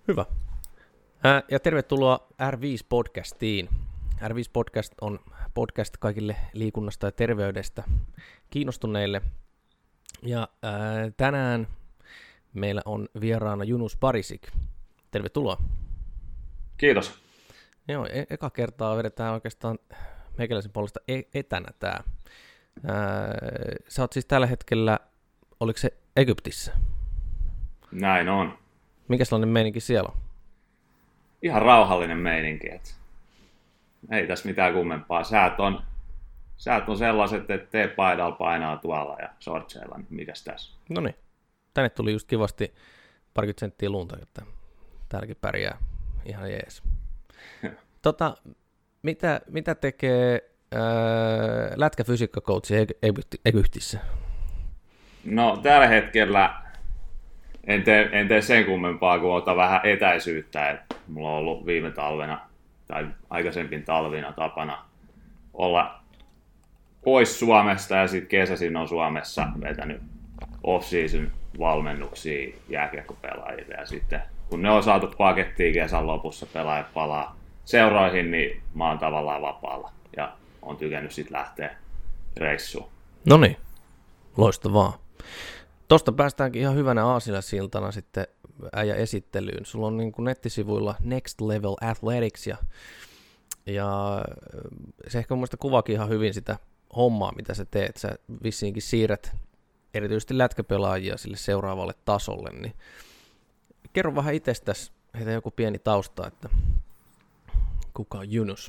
Hyvä. Ja tervetuloa R5-podcastiin. R5-podcast on podcast kaikille liikunnasta ja terveydestä kiinnostuneille. Ja tänään meillä on vieraana Yunus Parisik. Tervetuloa. Kiitos. Joo, eka kertaa vedetään oikeastaan meikäläisen puolesta etänä tää. Sä oot siis tällä hetkellä, oliko se Egyptissä? Näin on. Mikä sellainen meininki siellä on? Ihan rauhallinen meininki. Ei tässä mitään kummempaa. Säät on sellaiset, että T-paidalla painaa tuolla ja shortseilla, niin mikäs tässä? Noniin. Tänne tuli just kivasti parikymmentä senttiä lunta, että täälläkin pärjää ihan jees. Mitä tekee lätkäfysiikkakoutsi Egyptissä? No tällä hetkellä en tee sen kummempaa, kun ota vähän etäisyyttä. Mulla on ollut viime talvena tai aikaisempin talvina tapana olla pois Suomesta ja sitten kesäisin on Suomessa vetänyt off-season valmennuksia jääkiekkopelaajille ja sitten kun ne on saatu pakettiin kesän lopussa, pelaajat palaa seuroihin, niin mä oon tavallaan vapaalla ja on tykännyt sitten lähteä reissuun. No niin, loistavaa. Tuosta päästäänkin ihan hyvänä aasilasiltana sitten äijä esittelyyn. Sulla on niin kuin nettisivuilla Next Level Athletics ja se ehkä mun mielestä kuvaakin ihan hyvin sitä hommaa, mitä sä teet. Sä vissiinkin siirrät erityisesti lätkäpelaajia sille seuraavalle tasolle, niin kerro vähän itsestäsi, heitä joku pieni tausta, että kuka on Yunus?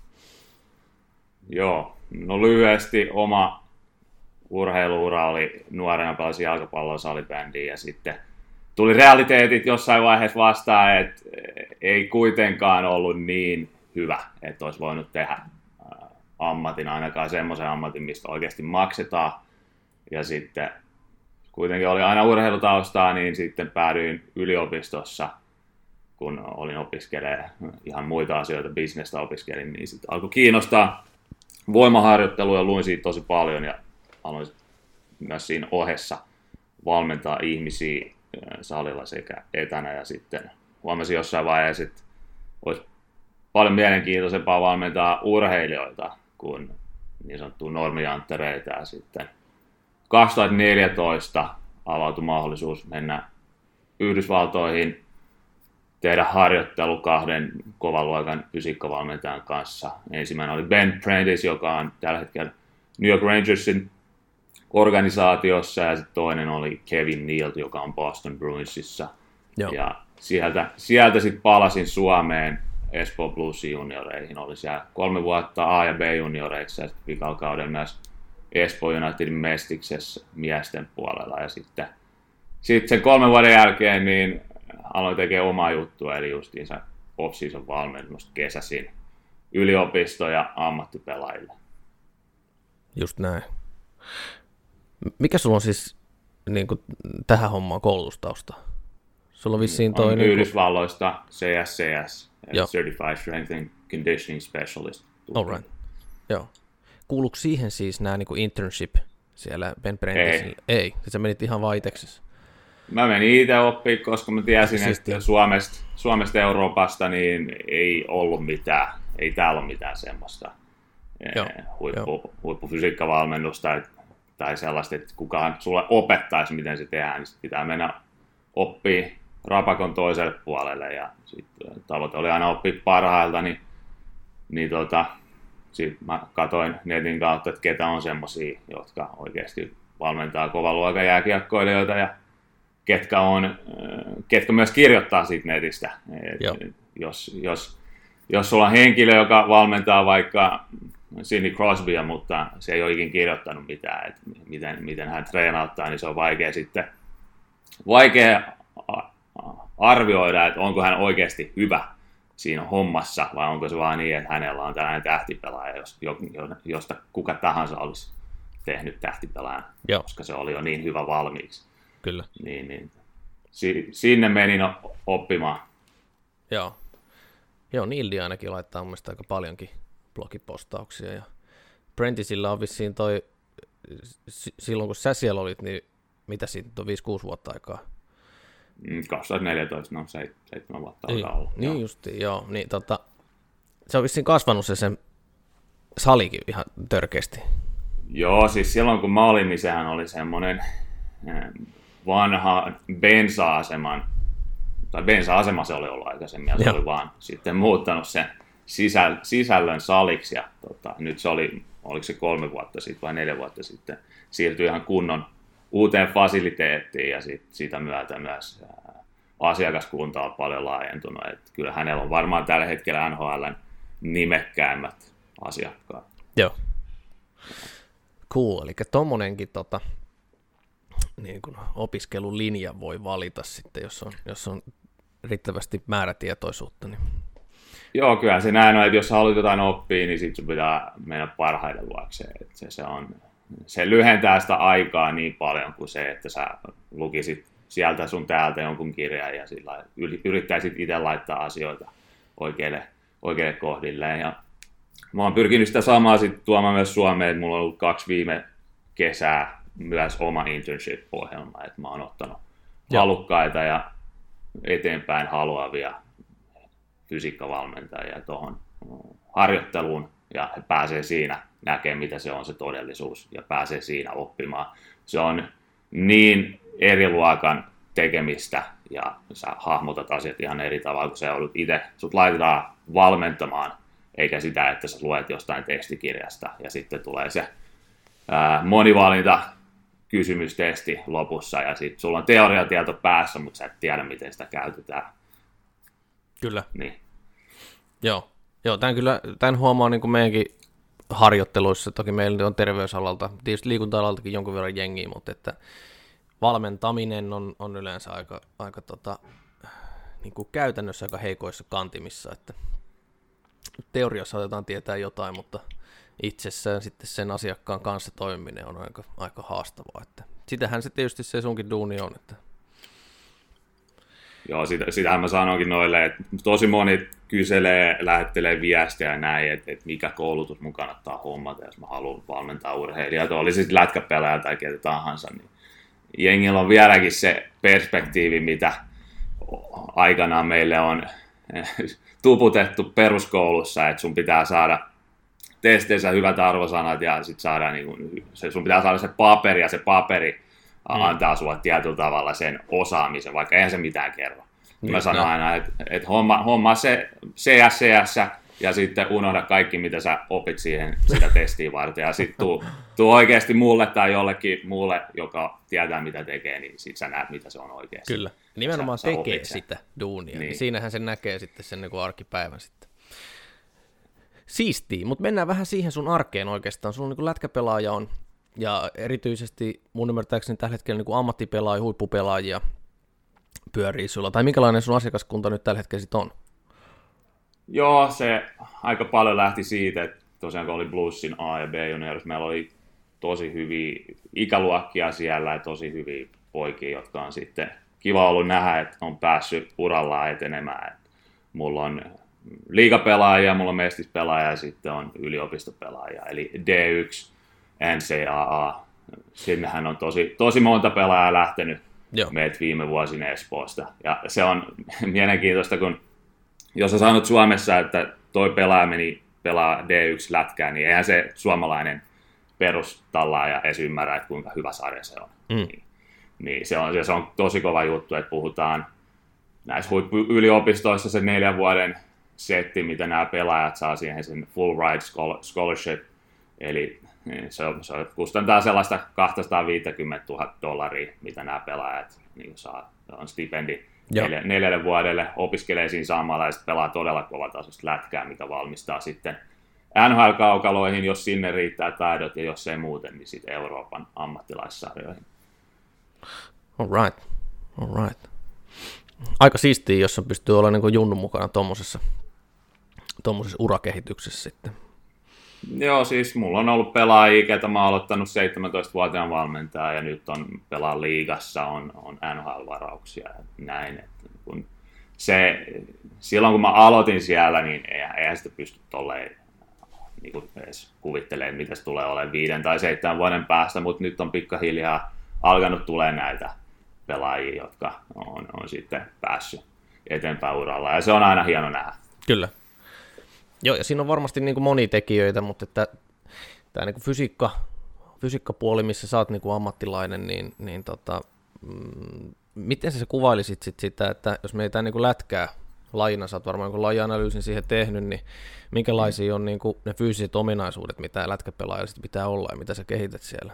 Joo, no lyhyesti oma urheiluura oli nuorena pelasin jalkapalloa salibändiin ja sitten tuli realiteetit jossain vaiheessa vastaan, että ei kuitenkaan ollut niin hyvä, että olisi voinut tehdä ammatin, ainakaan semmoisen ammatin, mistä oikeasti maksetaan. Ja sitten kuitenkin oli aina urheilutaustaa, niin sitten päädyin yliopistossa, kun olin opiskelemaan ihan muita asioita, bisnestä opiskelin, niin sitten alkoi kiinnostaa voimaharjoittelua ja luin siitä tosi paljon ja aloin myös siinä ohessa valmentaa ihmisiä salilla sekä etänä ja sitten huomasin jossain vaiheessa, että olisi paljon mielenkiintoisempaa valmentaa urheilijoita kuin niin sanottua normijanttereita ja sitten 2014 avautui mahdollisuus mennä Yhdysvaltoihin, tehdä harjoittelu kahden kovan luokan fysiikkavalmentajan kanssa. Ensimmäinen oli Ben Prentice, joka on tällä hetkellä New York Rangersin organisaatiossa, ja sitten toinen oli Kevin Neal, joka on Boston Bruinsissa. Joo. Ja sieltä sitten palasin Suomeen Espoo Blues junioreihin. Oli siellä 3 vuotta A- ja B-junioreissa, ja sitten vikalla kaudella myös Espoo Unitedin Mestiksessä miesten puolella. Ja sitten sen 3 vuoden jälkeen niin aloin tekemään omaa juttua, eli justiinsa off-season valmennusta kesäisin yliopisto- ja ammattipelaajille. Just näin. Mikä sulla on siis niin kuin, tähän hommaan koulutustausta? Sulla on vissiin toi... On niin Yhdysvalloista CSCS, Joo. Certified Strength and Conditioning Specialist. Alright. Joo. Kuuluuko siihen siis nämä niin kuin internship siellä Ben Prenticeillä? Ei. Sä menit ihan vaan itseksesi. Mä menin itse oppimaan, koska mä tiesin, että Suomesta Euroopasta niin ei ollut mitään. Ei täällä ole mitään semmoista huippufysiikkavalmennusta tai sellaista, että kukaan sulle opettaisi, miten se tehdään, niin pitää mennä oppia rapakon toiselle puolelle. Ja sitten tavoite oli aina oppia parhailta, niin sitten mä katsoin netin kautta, että ketä on semmosia, jotka oikeasti valmentaa kovan luokan jääkiekkoilijoita ja ketkä myös kirjoittaa siitä netistä. Jos sulla on henkilö, joka valmentaa vaikka Sidney Crosbya, mutta se ei ole ikin kirjoittanut mitään, että miten hän treenauttaa, niin se on vaikea arvioida, että onko hän oikeasti hyvä siinä hommassa, vai onko se vaan niin, että hänellä on tällainen tähtipelaaja, josta kuka tahansa olisi tehnyt tähtipelaajan, koska se oli jo niin hyvä valmiiksi. Kyllä. Niin. Sinne menin oppimaan. Joo, Nildi ainakin laittaa mun mielestä aika paljonkin blogipostauksia. Ja Prenticellä on vissiin toi, silloin kun sä siellä olit, niin mitä siitä on 5-6 vuotta aikaa 2014, no 7 vuotta alkaa olla. Niin justiin, joo. Niin, se on vissiin kasvanut sen salikin ihan törkeästi. Joo, siis silloin kun mä olin, niin sehän oli semmoinen vanha bensa-asema se oli ollut aikaisemmin, ja se oli vaan sitten muuttanut sen sisällön saliksi, ja nyt se oli, oliko se 3 vuotta sitten vai 4 vuotta sitten, siirtyi ihan kunnon uuteen fasiliteettiin, ja siitä myötä myös asiakaskunta on paljon laajentunut, että kyllä hänellä on varmaan tällä hetkellä NHL:n nimekkäimmät asiakkaat. Joo. Cool, eli tommonenkin niin kuin opiskelulinja voi valita sitten, jos on riittävästi määrätietoisuutta. Niin. Joo, kyllä se näin on, että jos haluat jotain oppia, niin sitten sun pitää mennä parhaiden luokseen. Se lyhentää sitä aikaa niin paljon kuin se, että sä lukisit sieltä sun täältä jonkun kirjan ja sillä yrittäisit itse laittaa asioita oikeille kohdilleen. Ja mä oon pyrkinyt sitä samaa sitten tuomaan myös Suomeen, että mulla on ollut 2 viime kesää myös oma internship-ohjelma, että mä oon ottanut halukkaita ja eteenpäin haluavia fysiikkavalmentajia tuohon harjoitteluun, ja he pääsee siinä näkemään, mitä se on se todellisuus, ja pääsee siinä oppimaan. Se on niin eri luokan tekemistä, ja sä hahmotat asiat ihan eri tavalla, kun sä joudut itse, sut laitetaan valmentamaan, eikä sitä, että sä luet jostain tekstikirjasta, ja sitten tulee se monivalinta kysymystesti lopussa, ja sitten sulla on teoriatieto päässä, mutta sä et tiedä, miten sitä käytetään. Kyllä. Niin. Joo, tämän huomaa niin kuin meidänkin harjoitteluissa, toki meillä on terveysalalta, tietysti liikunta-alaltakin jonkun verran jengiä, mutta että valmentaminen on yleensä aika niin kuin käytännössä aika heikoissa kantimissa, että teoriassa otetaan tietää jotain, mutta itsessään sitten sen asiakkaan kanssa toimiminen on aika haastavaa, että sitähän se tietysti se sunkin duuni on, että Joo, sitähän mä sanoinkin noille, että tosi moni lähettelee viestiä ja näin, että mikä koulutus mun kannattaa hommata, jos mä haluan valmentaa urheilijoita, oli sitten lätkäpelaaja tai ketä tahansa, niin jengillä on vieläkin se perspektiivi, mitä aikanaan meille on tuputettu peruskoulussa, että sun pitää saada testeissä hyvät arvosanat ja sit saada sun pitää saada se paperi, ja se paperi antaa sulle tietyllä tavalla sen osaamisen, vaikka eihän se mitään kerro. Mä sanon aina, että homma se CSCS ja sitten unohda kaikki, mitä sä opit sitä testiin varten. Ja sitten tuu oikeasti mulle tai jollekin muulle, joka tietää, mitä tekee, niin sit sä näet, mitä se on oikeasti. Kyllä, nimenomaan sä tekee sitä duunia. Niin. Siinähän se näkee sitten sen niin kuin arkipäivän sitten. Siistii, mutta mennään vähän siihen sun arkeen oikeastaan. Sulla on niin kuin lätkäpelaaja on, ja erityisesti mun ymmärtääkseni tällä hetkellä niin kuin ammattipelaajia, huippupelaajia pyörii sulla. Tai minkälainen sun asiakaskunta nyt tällä hetkellä sitten on? Joo, se aika paljon lähti siitä, että tosiaan kun oli Bluesin A- ja B-juniors, meillä oli tosi hyviä ikäluokkia siellä ja tosi hyviä poikia, jotka on sitten kiva ollut nähdä, että on päässyt urallaan etenemään. Että mulla on liigapelaajia, mulla on mestispelaajia ja sitten on yliopistopelaajia, eli D1, NCAA. Sinnehän on tosi monta pelaajaa lähtenyt meitä viime vuosina Espoosta. Ja se on mielenkiintoista, kun jos on saanut Suomessa, että toi pelaaja meni pelaa D1-lätkää, niin eihän se suomalainen perustallaaja edes ymmärrä, että kuinka hyvä sarja se on. Niin se on tosi kova juttu, että puhutaan näissä huippuyliopistoissa se 4 vuoden setti, mitä nämä pelaajat saa siihen sen full ride scholarship, eli se kustantaa sellaista $250,000, mitä nämä pelaajat niin saa, on stipendi 4 vuodelle, opiskelee siinä samalla ja pelaa todella kovatasoista lätkää, mikä valmistaa sitten NHL-kaukaloihin, jos sinne riittää taidot, ja jos ei muuten, niin sitten Euroopan ammattilaissarjoihin. All right. Aika siistiä, jos on pystyy olemaan niin junnun mukana tuommoisessa urakehityksessä sitten. Joo, siis mulla on ollut pelaajia, ketä mä oon aloittanut 17-vuotiaan valmentaja, ja nyt pelaa liigassa, on NHL-varauksia ja näin. Silloin kun mä aloitin siellä, niin eihän sitä pysty tolleen niin edes kuvittelemaan, mitä se tulee olemaan 5 tai 7 vuoden päästä, mutta nyt on pikkahiljaa alkanut tulee näitä pelaajia, jotka on sitten päässyt eteenpäin uralla, ja se on aina hieno nähdä. Kyllä. Joo, ja siinä on varmasti niin kuin monia tekijöitä, mutta että tämä niin kuin fysiikkapuoli, missä sä oot niin kuin ammattilainen, niin miten sä kuvailisit sitä, että jos meitä niin kuin lätkää lajina, sä oot varmaan jonkun lajianalyysin siihen tehnyt, niin minkälaisia on niin kuin ne fyysiset ominaisuudet, mitä lätkäpelaajalla pitää olla ja mitä sä kehität siellä?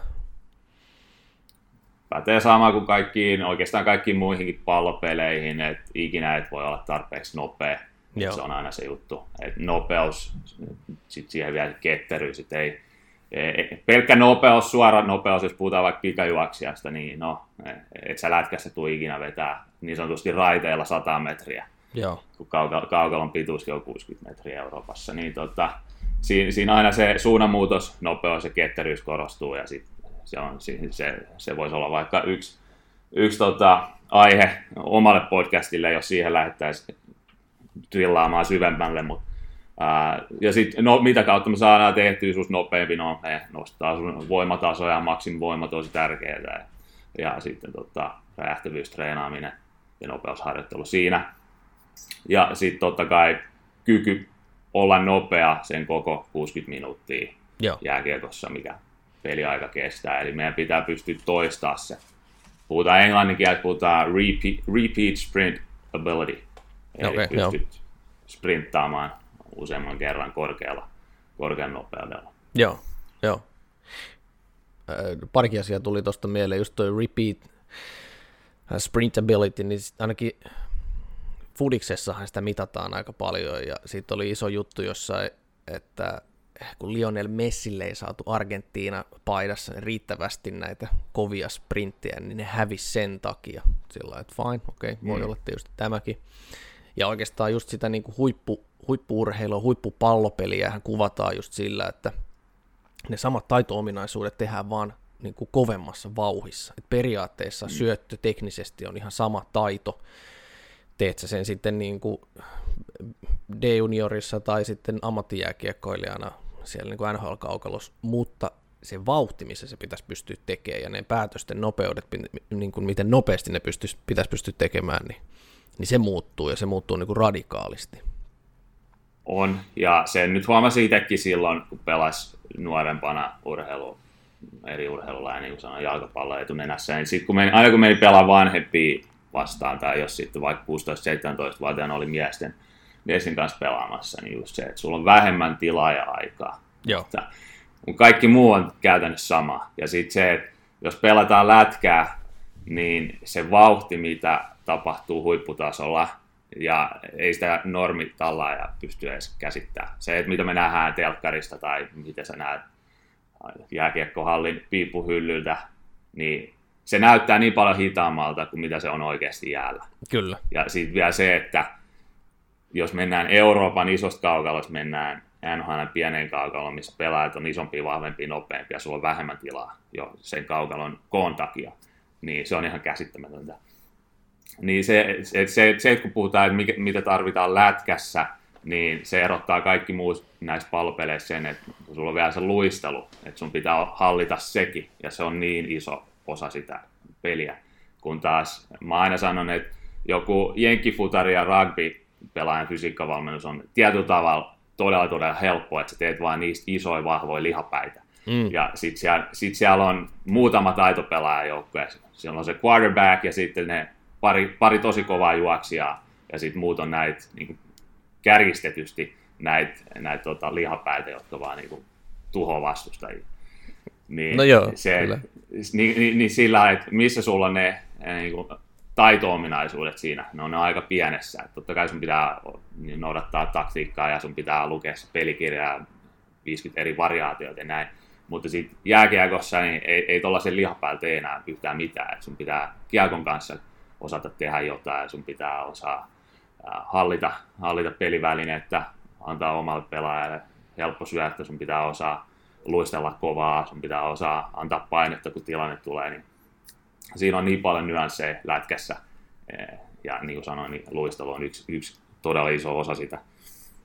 Pätee sama kuin oikeastaan kaikkiin muihinkin pallopeleihin, että ikinä et voi olla tarpeeksi nopea. Joo. Se on aina se juttu. Et nopeus, sitten siihen vielä ketteryys. Pelkkä nopeus, suora nopeus, jos puhutaan vaikka pikajuoksijasta, niin et sä lätkässä tule ikinä vetää niin sanotusti raiteilla 100 metriä. Joo. Kun kaukalon pituuskin on 60 metriä Euroopassa. Niin siinä aina se suunnanmuutos, nopeus ja ketteryys korostuu, ja sit se voisi olla vaikka yksi aihe omalle podcastille, jos siihen lähdettäisiin drillaamaan syvemmälle, ja sitten mitä kautta me saadaan tehtyä sus nopeampi, me nostaa sun voimatasoja, maksimivoima tosi tärkeää, ja sitten räjähtävyystreenaaminen ja nopeusharjoittelu siinä, ja sitten totta kai kyky olla nopea sen koko 60 minuuttia jääkiekossa, mikä peliaika kestää, eli meidän pitää pystyä toistamaan se. Puhutaan englanninkieltä, puhutaan repeat sprint ability, eli pystyt sprinttaamaan useamman kerran korkean nopeudella. Joo. Parikin asiaa tuli tuosta mieleen, just toi repeat sprint ability, niin ainakin fudiksessahan sitä mitataan aika paljon, ja siitä oli iso juttu jossain, että kun Lionel Messille ei saatu Argentiina-paidassa riittävästi näitä kovia sprinttejä, niin ne hävisi sen takia. Sillä että fine, okei, voi olla tietysti tämäkin. Ja oikeastaan just sitä niin kuin huippu-urheilua, huippupallopeliä hän kuvataan just sillä, että ne samat taito-ominaisuudet tehdään vaan niin kuin kovemmassa vauhissa. Et periaatteessa syöttö teknisesti on ihan sama taito. Teet sä sen sitten niin kuin D-juniorissa tai sitten ammattijääkiekkoilijana siellä niin kuin NHL-kaukalossa, mutta se vauhti, missä se pitäisi pystyä tekemään ja ne päätösten nopeudet, niin kuin miten nopeasti ne pitäisi pystyä tekemään, niin se muuttuu ja se muuttuu niin kuin radikaalisti. On, ja sen nyt huomasin itsekin silloin, kun pelasi nuorempana eri urheilulla ja niin kuin sanoin, jalkapalloa etunenässä, niin sitten aina kun meni pelaa vanhempia vastaan, tai jos sitten vaikka 16-17-vuotiaana oli miesten kanssa pelaamassa, niin just se, että sulla on vähemmän tilaa ja aikaa. Joo. Kaikki muu on käytännössä sama. Ja sitten se, että jos pelataan lätkää, niin se vauhti, mitä tapahtuu huipputasolla, ja ei sitä normitallaaja pysty edes käsittämään. Se, että mitä me nähdään telkkarista tai mitä sä näet jääkiekkohallin piippuhyllyltä, niin se näyttää niin paljon hitaammalta kuin mitä se on oikeasti jäällä. Kyllä. Ja sitten vielä se, että jos mennään Euroopan isosta kaukalosta, mennään NHL pieneen kaukaloon, missä pelaajat on isompia, vahvempia, nopeampia, sulla on vähemmän tilaa jo sen kaukalon koon takia, niin se on ihan käsittämätöntä. Niin se kun puhutaan, että mitä tarvitaan lätkässä, niin se erottaa kaikki muut näistä pallopeleissä sen, että sulla on vielä se luistelu, että sun pitää hallita sekin, ja se on niin iso osa sitä peliä. Kun taas mä aina sanon, että joku jenkkifutari ja rugby-pelaajan fysiikkavalmennus on tietyllä tavalla todella helppoa, että sä teet vaan niistä isoja, vahvoja lihapäitä. Ja sit siellä on muutama taitopelaaja joukkueessa. Siellä on se quarterback ja sitten ne pari tosi kovaa juoksijaa, ja sitten muut on näitä niin kärjistetysti näitä lihapäitä, jotka vaan niin tuhoaa vastustajia. Niin no joo, kyllä. Niin sillä, että missä sulla on ne niin taito-ominaisuudet siinä, ne on aika pienessä. Et totta kai sun pitää noudattaa taktiikkaa ja sun pitää lukea se pelikirjaa 50 eri variaatioita ja näin. Mutta sitten jääkiekossa niin ei tuollaisen lihapäältä tee enää yhtään mitään. Et sun pitää kiekon kanssa osata tehdä jotain ja sun pitää osaa hallita pelivälineettä, antaa omalle pelaajalle helppo syöttö, sun pitää osaa luistella kovaa, sun pitää osaa antaa painetta, kun tilanne tulee. Niin siinä on niin paljon nyansseja lätkässä, ja niin kuin sanoin, niin luistelu on yksi todella iso osa sitä.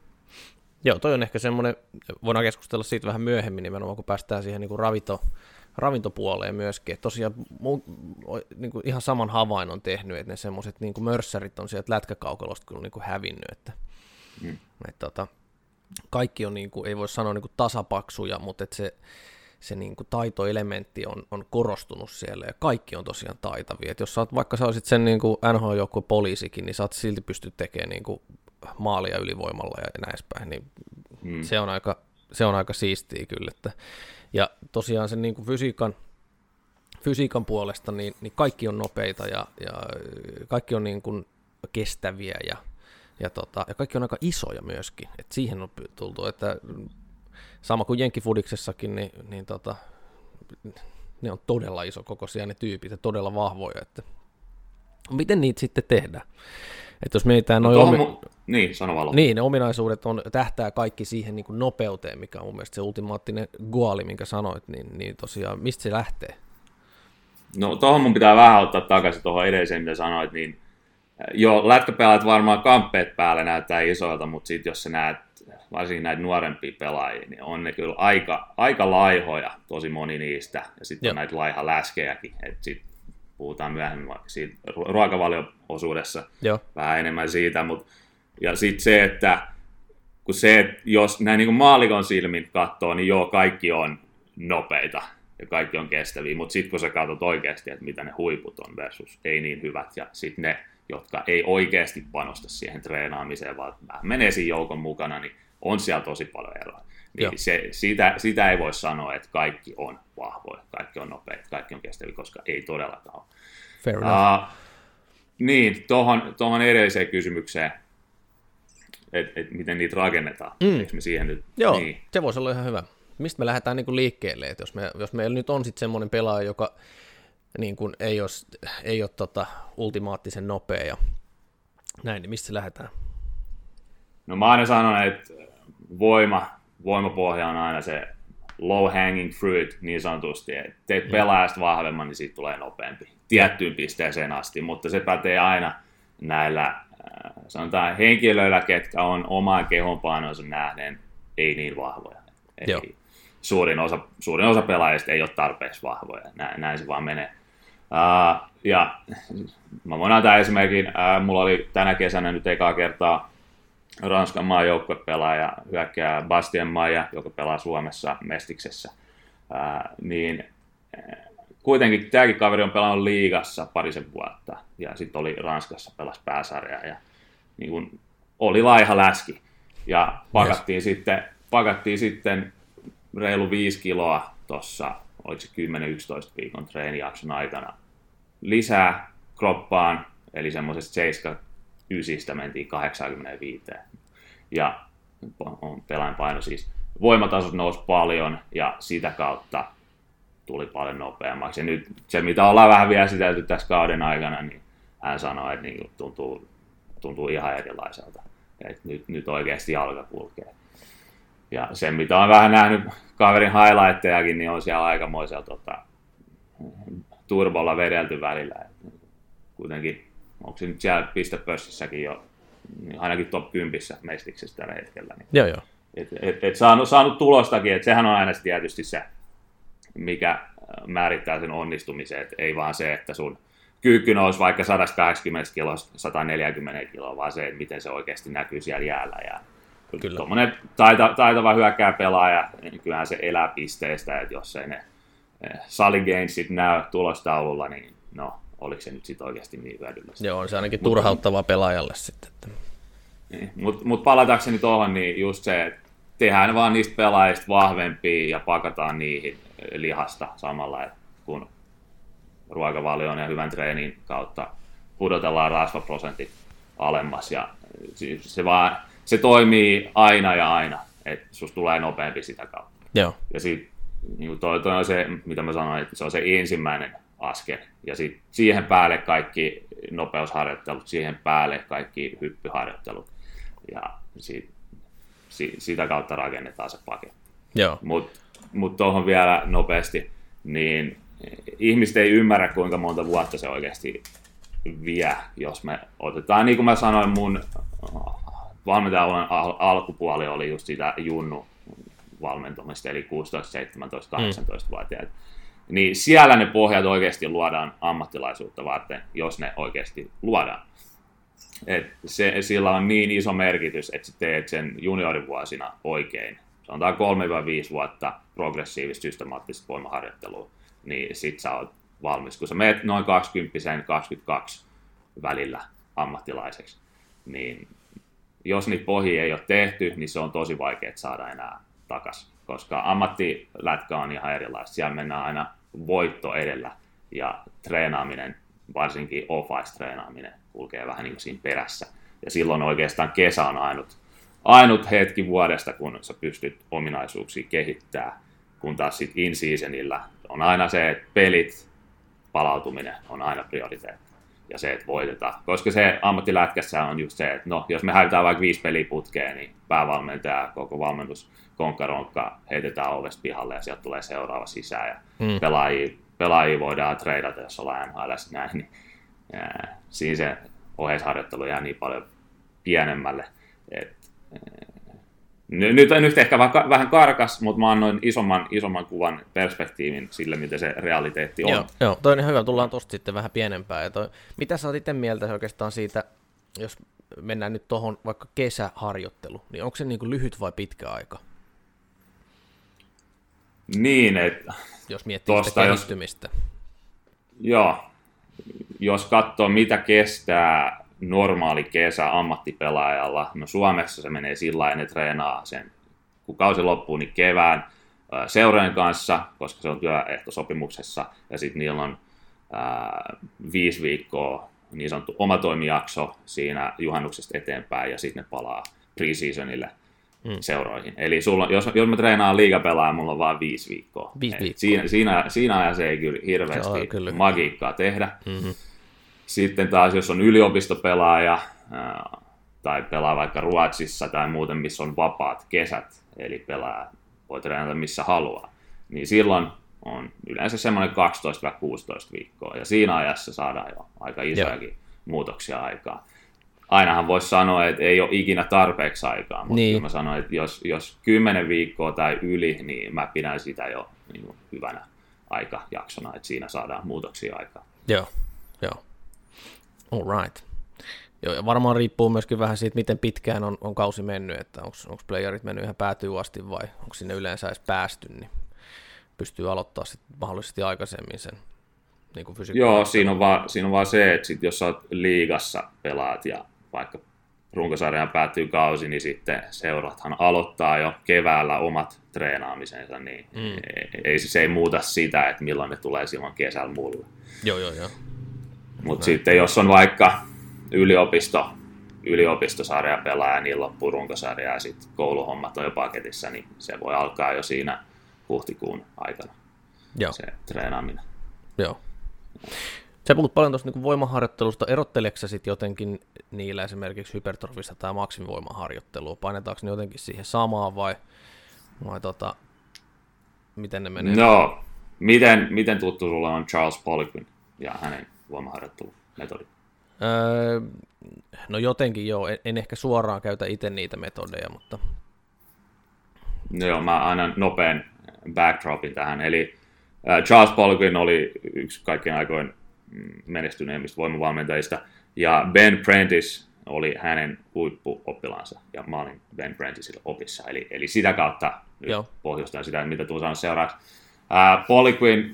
Joo, toi on ehkä semmoinen, voidaan keskustella siitä vähän myöhemmin nimenomaan, kun päästään siihen niin kuin ravintopuoleen myöskin. Et tosiaan niin kuin ihan saman havainnon tehnyt, että ne semmoiset niin kuin mörssärit on sieltä lätkäkaukalosta kyllä niin kuin hävinnyt. Että kaikki on, niin kuin, ei voi sanoa niin kuin tasapaksuja, mutta että se niin kuin taitoelementti on korostunut siellä, ja kaikki on tosiaan taitavia. Et jos vaikka sä olisit sen niin kuin NHL-joukkueen poliisikin, niin sä oot silti pysty tekemään niin kuin maalia ylivoimalla ja näin päin, niin se on aika siistiä kyllä. Ja tosiaan sen niin kuin fysiikan puolesta, niin kaikki on nopeita ja kaikki on niin kuin kestäviä ja kaikki on aika isoja myöskin. Et siihen on tultu, että sama kuin jenkkifudiksessakin, niin ne on todella isokokoisia ne tyypit ja todella vahvoja. Että miten niitä sitten tehdään? Että jos mietitään ne ominaisuudet tähtää kaikki siihen niin kuin nopeuteen, mikä on mun mielestä se ultimaattinen goali, minkä sanoit, niin tosiaan mistä se lähtee? No tuohon mun pitää vähän ottaa takaisin tuohon edelliseen, mitä sanoit, niin joo, lätkäpelaajat varmaan kamppeet päällä näyttää isoilta, mutta sitten jos sä näet varsinkin näitä nuorempia pelaajia, niin on ne kyllä aika laihoja, tosi moni niistä, ja sitten on näitä laihaläskejäkin, että sitten puhutaan myöhemmin vaikka siitä ruokavalio-osuudessa vähän enemmän siitä, ja sitten se, että jos näin niin kuin maallikon silmin katsoo, niin joo, kaikki on nopeita ja kaikki on kestäviä, mutta sitten kun sä katsot oikeasti, että mitä ne huiput on versus ei niin hyvät, ja sitten ne, jotka ei oikeasti panosta siihen treenaamiseen, vaan menee siinä joukon mukana, niin on siellä tosi paljon eroa. Niin sitä ei voi sanoa, että kaikki on vahvoja, kaikki on nopeita, kaikki on kestäviä, koska ei todellakaan ole. Fair enough. Niin, tuohon edelliseen kysymykseen, että miten niitä rakennetaan. Eikö me siihen nyt? Joo, niin. Se voisi olla ihan hyvä. Mistä me lähdetään niin kuin liikkeelle? Että jos meillä nyt on sitten semmoinen pelaaja, joka niin kuin ei ole ultimaattisen nopea ja näin, niin mistä se lähdetään? No mä aina sanon, että voimapohja on aina se low hanging fruit niin sanotusti, että teet pelaajasta vahvemman, niin siitä tulee nopeampi tiettyyn pisteeseen asti, mutta se pätee aina näillä sanotaan henkilöillä, ketkä on omaan kehonpainonsa nähden ei niin vahvoja. Eli suurin osa pelaajista ei ole tarpeeksi vahvoja, näin se vaan menee. Ja mä voin antaa esimerkin, mulla oli tänä kesänä nyt ekaa kertaa Ranskan maajoukkuepelaaja, hyökkääjä Bastien Maija, joka pelaa Suomessa Mestiksessä, niin kuitenkin tämäkin kaveri on pelannut liigassa parisen vuotta, ja sitten oli Ranskassa, pelasi pääsarjaa, ja niin kun oli laiha läski, ja pakattiin sitten reilu 5 kiloa tuossa, oliko se 10-11 viikon treenijakson aikana lisää kroppaan, eli semmoisesta 7-9 mentiin 85. Ja pelaajan paino siis. Voimatasot nousi paljon ja sitä kautta tuli paljon nopeammaksi. Ja nyt se, mitä ollaan vähän viestitelty tässä kauden aikana, niin hän sanoi, että niin tuntuu ihan erilaiselta. Että nyt oikeasti jalka kulkee. Ja se, mitä on vähän nähnyt kaverin highlighttejakin, niin on siellä aikamoisella turbolla vedelty välillä. Kuitenkin, onko se nyt siellä pistepörssissäkin jo, niin ainakin top 10 Mestiksestä tällä hetkellä. Niin Joo. Et saanut tulostakin, että sehän on aina tietysti se, mikä määrittää sen onnistumisen, että ei vaan se, että sun kyykky nousi vaikka 180 kilosta 140 kiloa, vaan se, että miten se oikeasti näkyy siellä jäällä. Ja tuommoinen taitava hyökkää pelaaja, niin kyllähän se elää pisteistä, että jos ei ne saligainsit näy tulostaululla, niin no, oliko se nyt sitten oikeasti niin hyödyllistä. Joo, on se ainakin turhauttavaa pelaajalle sitten. Niin, mutta palatakseni tuohon, niin just se, että tehdään vaan niistä pelaajista vahvempia ja pakataan niihin lihasta samalla, kun ruokavalion ja hyvän treenin kautta pudotellaan rasvaprosentit alemmas. Ja se toimii aina ja aina, että susta tulee nopeampi sitä kautta. Joo. Ja sitten niin toi on se, mitä mä sanoin, että se on se ensimmäinen askel. Ja sitten siihen päälle kaikki nopeusharjoittelut, siihen päälle kaikki hyppyharjoittelut. Ja sitä kautta rakennetaan se paketti. Mutta tuohon vielä nopeasti, niin ihmiset ei ymmärrä, kuinka monta vuotta se oikeasti vie, jos me otetaan, niin kuin mä sanoin, mun valmentajan alkupuoli oli just sitä junnu valmentumista, eli 16, 17, 18-vuotiaat. niin siellä ne pohjat oikeasti luodaan ammattilaisuutta varten, jos ne oikeasti luodaan. Sillä on niin iso merkitys, että teet sen juniorivuosina oikein. Sanotaan 3-5 vuotta progressiivista systemaattista voimaharjoittelua, niin sit sä oot valmis. Kun sä meet noin 20-22 välillä ammattilaiseksi, niin jos niitä pohjia ei ole tehty, niin se on tosi vaikea saada enää takaisin. Koska ammattilätkä on ihan erilaista. Siellä mennään aina voitto edellä ja treenaaminen, varsinkin off-ice treenaaminen, kulkee vähän niin kuin siinä perässä. Ja silloin oikeastaan kesä on ainut hetki vuodesta, kun sä pystyt ominaisuuksia kehittämään, kun taas sitten in-seasonilla on aina se, että pelit, palautuminen on aina prioriteetti. Ja se, että voitetaan. Koska se ammattilätkässä on just se, että no, jos me hävitään vaikka 5 peliä putkeen, niin päävalmentaja, koko valmennus, konkkaronkka, heitetään ovesta pihalle ja sieltä tulee seuraava sisään. Ja pelaajia voidaan treidata, jos ollaan NHL:ssä näin. Niin, siinä se oheisharjoittelu jää niin paljon pienemmälle. Nyt ehkä vähän karkas, mutta mä annoin isomman kuvan perspektiivin sille, mitä se realiteetti on. Joo, toi on ihan hyvä. Tullaan tosta sitten vähän pienempään. Mitä sä oot itse mieltä oikeastaan siitä, jos mennään nyt tuohon vaikka kesäharjoittelu, niin onko se niin kuin lyhyt vai pitkä aika? Niin, että jos miettii sitä kehittymistä. Jos katsoo mitä kestää normaali kesä ammattipelaajalla, no Suomessa se menee sillä lailla, ne treenaa sen, kun kausi loppuu, niin kevään seurojen kanssa, koska se on työehtosopimuksessa, ja sitten niillä on 5 viikkoa niin sanottu omatoimijakso siinä juhannuksesta eteenpäin, ja sitten ne palaa pre-seasonille seuroihin. Eli jos mä treenaan liigapelaaja, mulla on vain 5 viikkoa. 5 viikkoa. Siinä ajassa ei kyllä hirveästi magiikkaa tehdä. Mm-hmm. Sitten taas, jos on yliopistopelaaja tai pelaa vaikka Ruotsissa tai muuten, missä on vapaat kesät, eli pelaaja voi treenata missä haluaa, niin silloin on yleensä semmoinen 12-16 viikkoa, ja siinä ajassa saadaan jo aika isojakin muutoksia aikaan. Ainahan voisi sanoa, että ei ole ikinä tarpeeksi aikaa, mutta niin. Mä sanoin, että jos 10 viikkoa tai yli, niin mä pidän sitä jo niin kuin hyvänä aikajaksona, että siinä saadaan muutoksia aikaan. Joo. All right. Joo, ja varmaan riippuu myöskin vähän siitä, miten pitkään on kausi mennyt, että onko playerit mennyt ihan päätyyn asti vai onko sinne yleensä edes päästy, niin pystyy aloittaa sitten mahdollisesti aikaisemmin sen niin kuin fysiikkaan. Joo, siinä on vaan se, että sit jos olet liigassa pelaat ja vaikka runkosarjaan päättyy kausi, niin sitten seurathan aloittaa jo keväällä omat treenaamisensa, niin se ei muuta sitä, että milloin ne tulee silloin kesällä mulle. Joo. Mutta sitten jos on vaikka yliopistosarja pelaaja, niin loppuu runkosarja ja sitten kouluhommat on jo paketissa, niin se voi alkaa jo siinä huhtikuun aikana. Joo. Se treenaaminen. Joo. Sä puhut paljon tuosta niin voimaharjoittelusta. Erotteleeko sä sitten jotenkin niillä esimerkiksi hypertrofista tai maksimivoimaharjoittelua? Painetaanko ne jotenkin siihen samaan vai miten ne menee? No, miten tuttu sulla on Charles Poliquin ja hänen voimaharjoittelumetodit? No jotenkin joo. En ehkä suoraan käytä itse niitä metodeja, mutta... Joo, mä annan nopean backdropin tähän. Eli Charles Poliquin oli yksi kaikkien aikojen menestyneimmistä voimavalmentajista, ja Ben Prentice oli hänen huippuoppilaansa, ja mä olin Ben Prenticella opissa, eli sitä kautta pohjustan sitä, mitä tuun sanoa seuraavaksi. Poliquin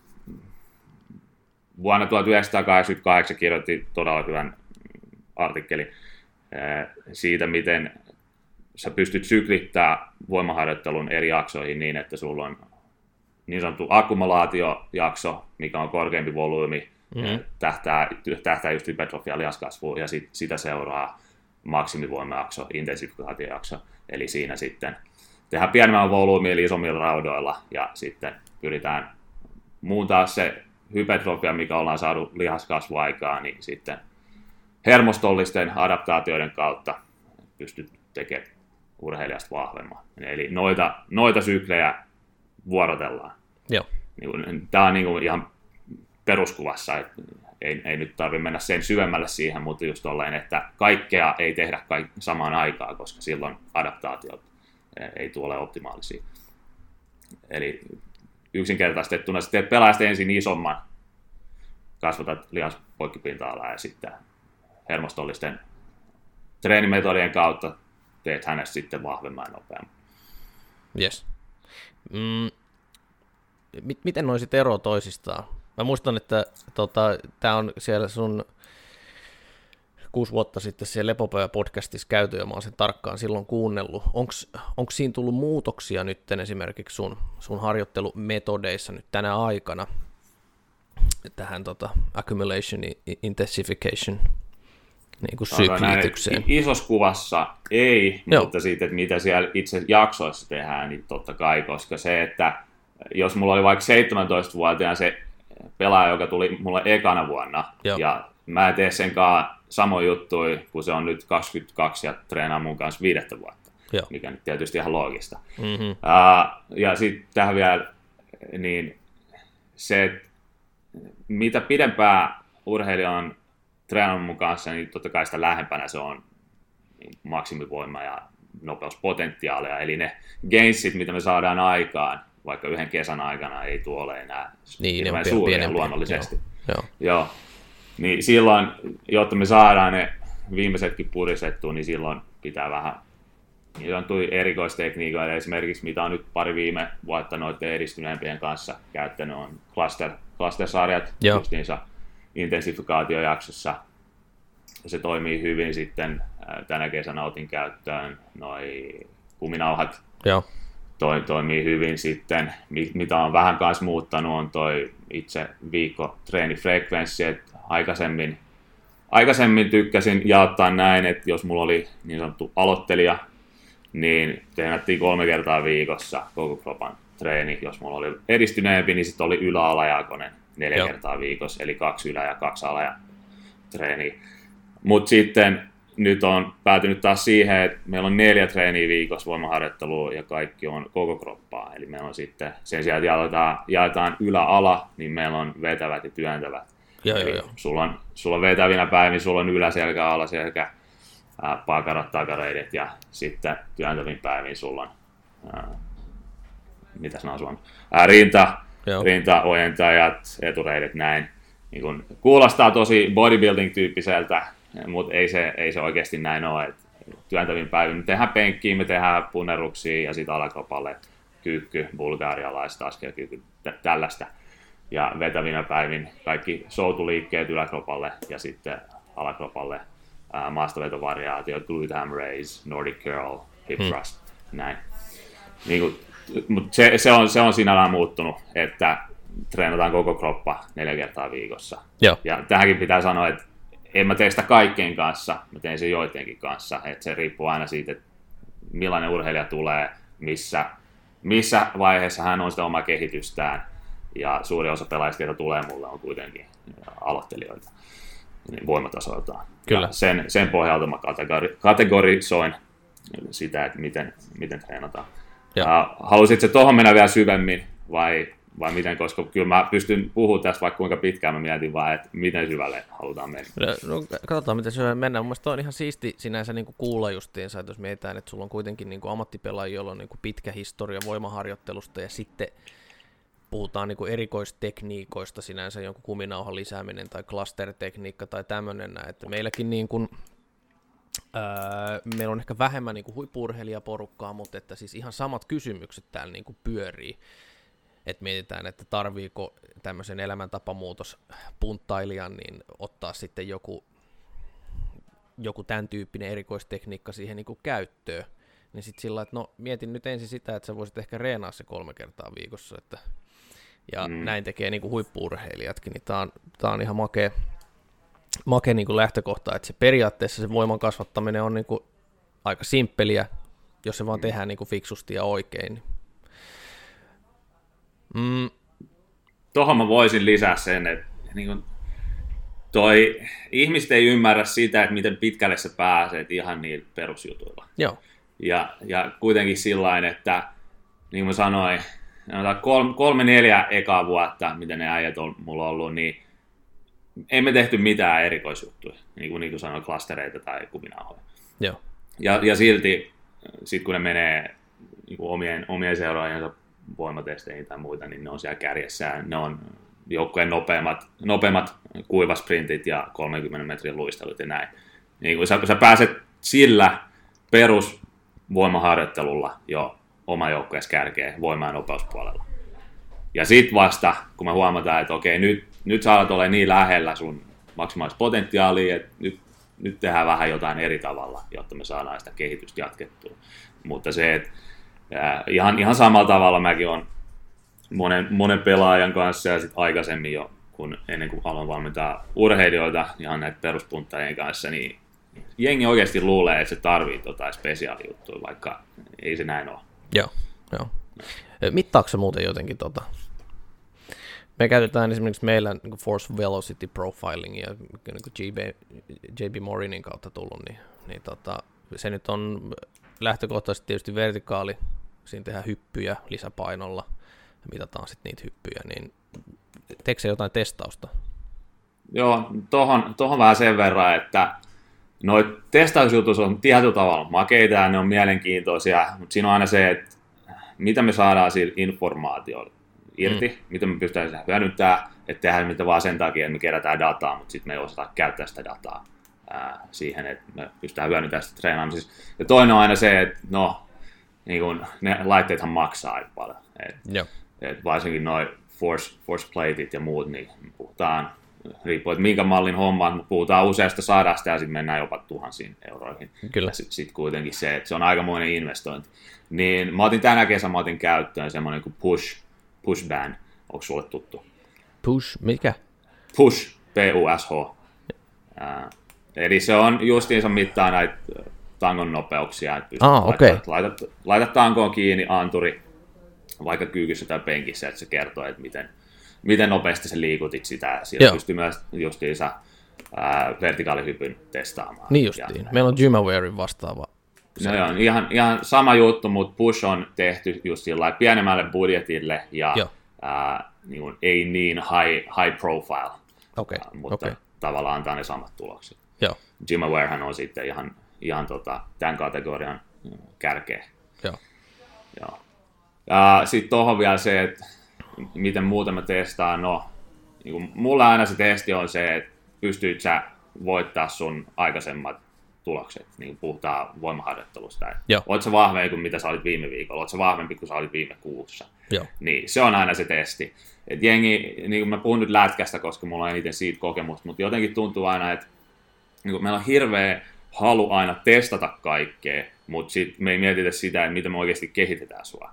vuonna 1988 kirjoitti todella hyvän artikkelin siitä, miten sä pystyt syklittämään voimaharjoittelun eri jaksoihin niin, että sulla on niin sanottu akkumulaatiojakso, mikä on korkeampi volyymi, tähtää just hypertrofia lihaskasvuun, ja sitä seuraa maksimivoimajakso, intensifikaatiojakso, eli siinä sitten tehdään pienemmällä volyymi, eli isommilla raudoilla, ja sitten pyritään muuntaa se hypertrofia, mikä ollaan saatu lihaskasvuaikaan, niin sitten hermostollisten adaptaatioiden kautta pystyt tekemään urheilijasta vahvemman. Eli noita syklejä vuorotellaan. Joo. Tämä on niin kuin ihan peruskuvassa, että ei nyt tarvitse mennä sen syvemmälle siihen, mutta just tolleen, että kaikkea ei tehdä samaan aikaan, koska silloin adaptaatiot ei tule optimaalisia. Eli yksinkertaistettuna sä teet pelaajasta ensin isomman, kasvatat lihaspoikkipinta-alaa ja sitten hermostollisten treenimetodien kautta teet hänestä sitten vahvemman ja nopeamman. Yes. Miten noisit ero toisistaan? Mä muistan, että tää on siellä sun 6 vuotta sitten siellä Lepopäivä-podcastissa käyty, ja mä oon sen tarkkaan silloin kuunnellut. Onko siinä tullut muutoksia nyt esimerkiksi sun harjoittelumetodeissa nyt tänä aikana tähän accumulation intensification niin kuin syklitykseen? Isossa kuvassa ei, mutta siitä, että mitä siellä itse jaksoissa tehdään, niin totta kai, koska se, että jos mulla oli vaikka 17-vuotiaan se pelaaja, joka tuli mulle ekana vuonna, ja mä en tee senkaan samoin juttuja, kun se on nyt 22 ja treenaa mun kanssa 5 vuotta, mikä nyt tietysti ihan loogista. Mm-hmm. Ja sitten tähän vielä, niin se, mitä pidempään urheilija on treenannut mun kanssa, niin totta kai sitä lähempänä se on maksimivoima ja nopeuspotentiaalia, eli ne gainsit, mitä me saadaan aikaan, vaikka yhden kesän aikana ei tuo ole enää hirveän suuria luonnollisesti. Joo. Niin silloin, jotta me saadaan ne viimeisetkin purisettua, niin silloin pitää vähän erikoistekniikoita, esimerkiksi mitä on nyt pari viime vuotta noiden edistyneempien kanssa käyttänyt, on cluster-sarjat justiinsa intensifikaatiojaksossa. Se toimii hyvin sitten, tänä kesänä otin käyttöön noi kuminauhat. Toimii hyvin sitten, mitä on vähän kanssa muuttanut, on toi itse viikkotreeni-frekvenssi, että aikaisemmin tykkäsin jaottaa näin, että jos mulla oli niin sanottu aloittelija, niin treenattiin 3 kertaa viikossa koko kropan treeni. Jos mulla oli edistyneempi, niin sitten oli ylä-alajakonen 4 kertaa viikossa, eli 2 ylä- ja 2 alaja treeniä. Mutta sitten nyt on päätynyt taas siihen, että meillä on 4 treeniä viikossa voimaharjoittelua ja kaikki on koko kroppaa. Eli meillä on sitten sen sijaan, että jaetaan ylä-ala, niin meillä on vetävät ja työntävät. Sulla on vetävinä päivin, sulla on yläselkä, alaselkä, pakarat, takareidet ja sitten työntävin päivin sulla on, mitä sanoo suomen, rintaojentajat, etureidet, näin. Niin kun kuulostaa tosi bodybuilding-tyyppiseltä, mutta ei se oikeasti näin ole. Et työntävin päivin me tehdään penkkiä, me tehdään punneruksia ja sitten alakropalle kyykky, bulgarialaista askelkyykky, tällaista. Ja vetävinä päivin kaikki soutuliikkeet yläkropalle ja sitten alakropalle maastovetovariaatio, glute ham raise, Nordic curl, hip thrust, näin. Mutta se on sinällään muuttunut, että treenataan koko kroppa 4 kertaa viikossa. Ja tähänkin pitää sanoa, että en mä tee sitä kaikkien kanssa, mä teen sen joidenkin kanssa, että se riippuu aina siitä, että millainen urheilija tulee, missä vaiheessa hän on sitä omaa kehitystään, ja suuri osa pelaajista, joita tulee mulle, on kuitenkin aloittelijoita niin voimatasoiltaan. Kyllä. Sen pohjalta mä kategorisoin sitä, että miten treenataan. Haluaisitko tuohon mennä vielä syvemmin vai miten, koska kyllä mä pystyn puhumaan tässä vaikka kuinka pitkään, mä mietin vaan, että miten syvälle halutaan mennä. No katsotaan, miten syvälle mennään. Mun mielestä on ihan siisti sinänsä niin kuin kuulla justiinsa, että jos mietitään, että sulla on kuitenkin niin kuin ammattipelaajia, joilla on niin kuin pitkä historia voimaharjoittelusta ja sitten puhutaan niin kuin erikoistekniikoista sinänsä, jonkun kuminauhan lisääminen tai cluster-tekniikka tai tämmöinen, että meilläkin niin kuin, meillä on ehkä vähemmän niin kuin huippu-urheilijaporukkaa, mutta että siis ihan samat kysymykset täällä niin kuin pyörii. Että mietitään, että tarviiko tämmöisen elämäntapamuutos punttailijan, niin ottaa sitten joku tämän tyyppinen erikoistekniikka siihen niin kuin käyttöön. Niin sitten sillä että no mietin nyt ensin sitä, että sä voisit ehkä reenaa se 3 kertaa viikossa. Näin tekee niin kuin huippu-urheilijatkin, niin tää on ihan makea niin kuin lähtökohta, että se periaatteessa se voiman kasvattaminen on niin kuin aika simppeliä, jos se vaan tehdään niin kuin fiksusti ja oikein. Tuohon mä voisin lisää sen, että niin kuin ihmiset ei ymmärrä sitä, että miten pitkälle sä pääset ihan niillä perusjutuilla. Joo. Ja kuitenkin sillain, että niin kuin mä sanoin, 3-4 ekaa vuotta, mitä ne äijät on mulla ollut, niin ei me tehty mitään erikoisjuttuja, niin kuin sanoin, klastereita tai kuminauhoja. Joo. Ja silti, sit kun ne menee niin kuin omien seuraajansa voimatesteihin tai muita, niin ne on siellä kärjessä. Ne on joukkueen nopeimmat kuivasprintit ja 30 metrin luistelut ja näin. Niin kun sä pääset sillä perusvoimaharjoittelulla jo oma joukkueessa kärkeen voima- ja nopeuspuolella. Ja sit vasta, kun me huomataan, että okei, nyt sä alat olla niin lähellä sun maksimaalista potentiaalia, että nyt tehdään vähän jotain eri tavalla, jotta me saadaan sitä kehitystä jatkettua. Mutta se, että ihan samalla tavalla mäkin olen monen pelaajan kanssa ja sitten aikaisemmin jo, ennen kuin aloin valmentaa urheilijoita ihan näitä peruspunttajien kanssa, niin jengi oikeasti luulee, että se tarvitsee jotain spesiaalijuttua, vaikka ei se näin ole. Joo. Mittaako se muuten jotenkin Me käytetään esimerkiksi meillä niin Force Velocity Profilingia, niin JB Morinin kautta tullut, niin se nyt on lähtökohtaisesti tietysti vertikaali, siinä tehdään hyppyjä lisäpainolla ja mitataan sitten niitä hyppyjä, niin teekö se jotain testausta? Joo, tohon vähän sen verran, että noi testausjutus on tietyllä tavalla makeita ja ne on mielenkiintoisia, mutta siinä on aina se, että mitä me saadaan sillä informaatiolla irti, mitä me pystytään sitä hyödyntämään, että tehdään mitä vaan sen takia, että me kerätään dataa, mutta sitten me ei osata käyttää sitä dataa siihen, että me pystytään hyödyntämään sitä treenaamisessa. Ja toinen on aina se, että niin kun ne laitteethan maksaa aika paljon. Et varsinkin noi force plateit ja muut, niin puhutaan, riippuu, että minkä mallin homma, mutta puhutaan useasta sadasta ja sitten mennään jopa tuhansiin euroihin. Kyllä. Sitten kuitenkin se, että se on aikamoinen investointi. Niin mä otin tänä kesänä käyttöön semmoinen kuin Push Band. Onko sulle tuttu? Push, mikä? Push, P-U-S-H. Eli se on justiinsa mittaa näitä tangon nopeuksia. Okay. Laitat tankoon kiinni anturi, vaikka kyykyssä tai penkissä, että se kertoo, että miten nopeasti sä liikutit sitä. Siellä pystyy myös justiinsa vertikaalihypyn testaamaan. Niin justiin. Meillä on GymAwarein vastaava. No joo, ihan sama juttu, mutta Push on tehty just sillä pienemmälle budjetille ja niin kuin, ei niin high profile, mutta tavallaan antaa ne samat tulokset. GymAwarehan on sitten ihan tämän kategorian kärkeä. Joo. Ja sitten tuohon vielä se, että miten muuta mä testaan. Niin mulla aina se testi on se, että pystyt sä voittaa sun aikaisemmat tulokset, niin puhutaan voimaharjoittelusta. Oletko sä vahvempi kuin mitä sä olit viime viikolla? Oletko sä vahvempi kuin sä olit viime kuussa? Niin, se on aina se testi. Et jengi, niin kuin mä puhun nyt lätkästä, koska mulla on eniten siitä kokemusta, mutta jotenkin tuntuu aina, että niin meillä on hirveä halu aina testata kaikkea, mutta sitten me ei mietitä sitä, että miten me oikeasti kehitetään sua.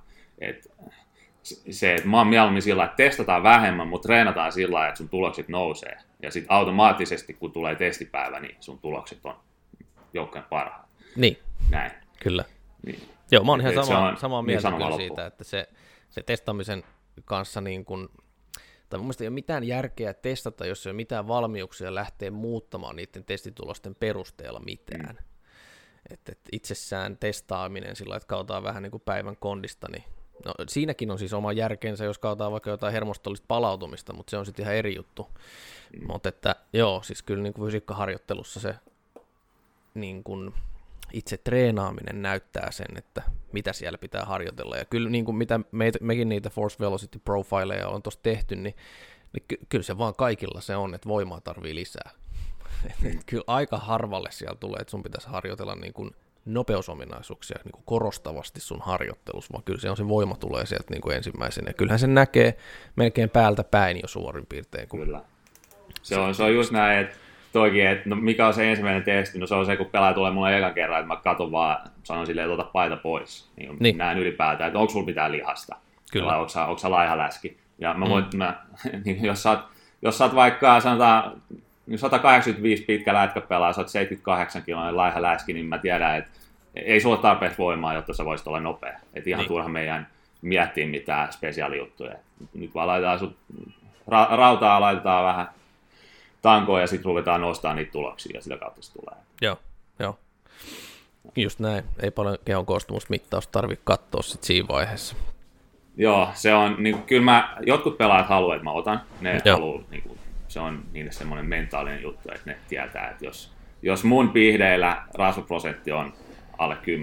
Että mä oon mieluummin sillä, että testataan vähemmän, mutta treenataan sillä, että sun tulokset nousee. Ja sitten automaattisesti, kun tulee testipäivä, niin sun tulokset on joukkojen parhaat. Niin, näin. Kyllä. Niin. Joo, mä oon ihan samaa mieltä kyllä siitä, että se testaamisen kanssa niin kun, tai mun mielestä ei ole mitään järkeä testata, jos ei ole mitään valmiuksia lähteä muuttamaan niiden testitulosten perusteella mitään. Että itsessään testaaminen sillä, että kautaan vähän niin kuin päivän kondista, niin no, siinäkin on siis oma järkensä, jos kautaan vaikka jotain hermostollista palautumista, mutta se on sitten ihan eri juttu. Mutta että joo, siis kyllä niin kuin fysiikkaharjoittelussa se niin kuin itse treenaaminen näyttää sen, että mitä siellä pitää harjoitella. Ja kyllä niin kuin mitä mekin niitä Force Velocity Profileja on tuossa tehty, niin kyllä se vaan kaikilla se on, että voimaa tarvii lisää. Kyllä aika harvalle siellä tulee, että sun pitäisi harjoitella niin kuin nopeusominaisuuksia niin kuin korostavasti sun harjoittelussa, vaan kyllä se voima tulee sieltä niin kuin ensimmäisenä. Ja kyllähän sen näkee melkein päältä päin jo suurin piirtein. Kyllä. Se on just näin, että toikin, että no mikä on se ensimmäinen testi, no se on se, kun pelaaja tulee mulle ekan kerran, että mä katon vaan, sanon silleen, että ota paita pois. Niin. Näen ylipäätään, että onko sulla mitään lihasta, vai onko sä laihaläski. Ja mä voin, niin jos sä oot vaikka, sanotaan, 185 pitkä lätkäpelaaja, sä oot 78 kiloinen laihaläski, niin mä tiedän, että ei sulla ole tarpeeksi voimaa, jotta sä voisit olla nopea. Että ihan turha meidän miettiä mitään spesiaalijuttuja. Nyt vaan laitetaan sut rautaa, laitetaan vähän tankoa ja sitten ruvetaan nostamaan niitä tuloksia ja sitä kautta se tulee. Joo. Just näin. Ei paljon kehon koostumusmittausta tarvitse katsoa sit siinä vaiheessa. Joo, se on, niin, kyllä jotkut pelaajat haluaa, että mä otan. Ne haluaa, niin kuin, se on niille semmoinen mentaalinen juttu, että ne tietää, että jos mun piihdeillä rasvaprosentti on alle 10,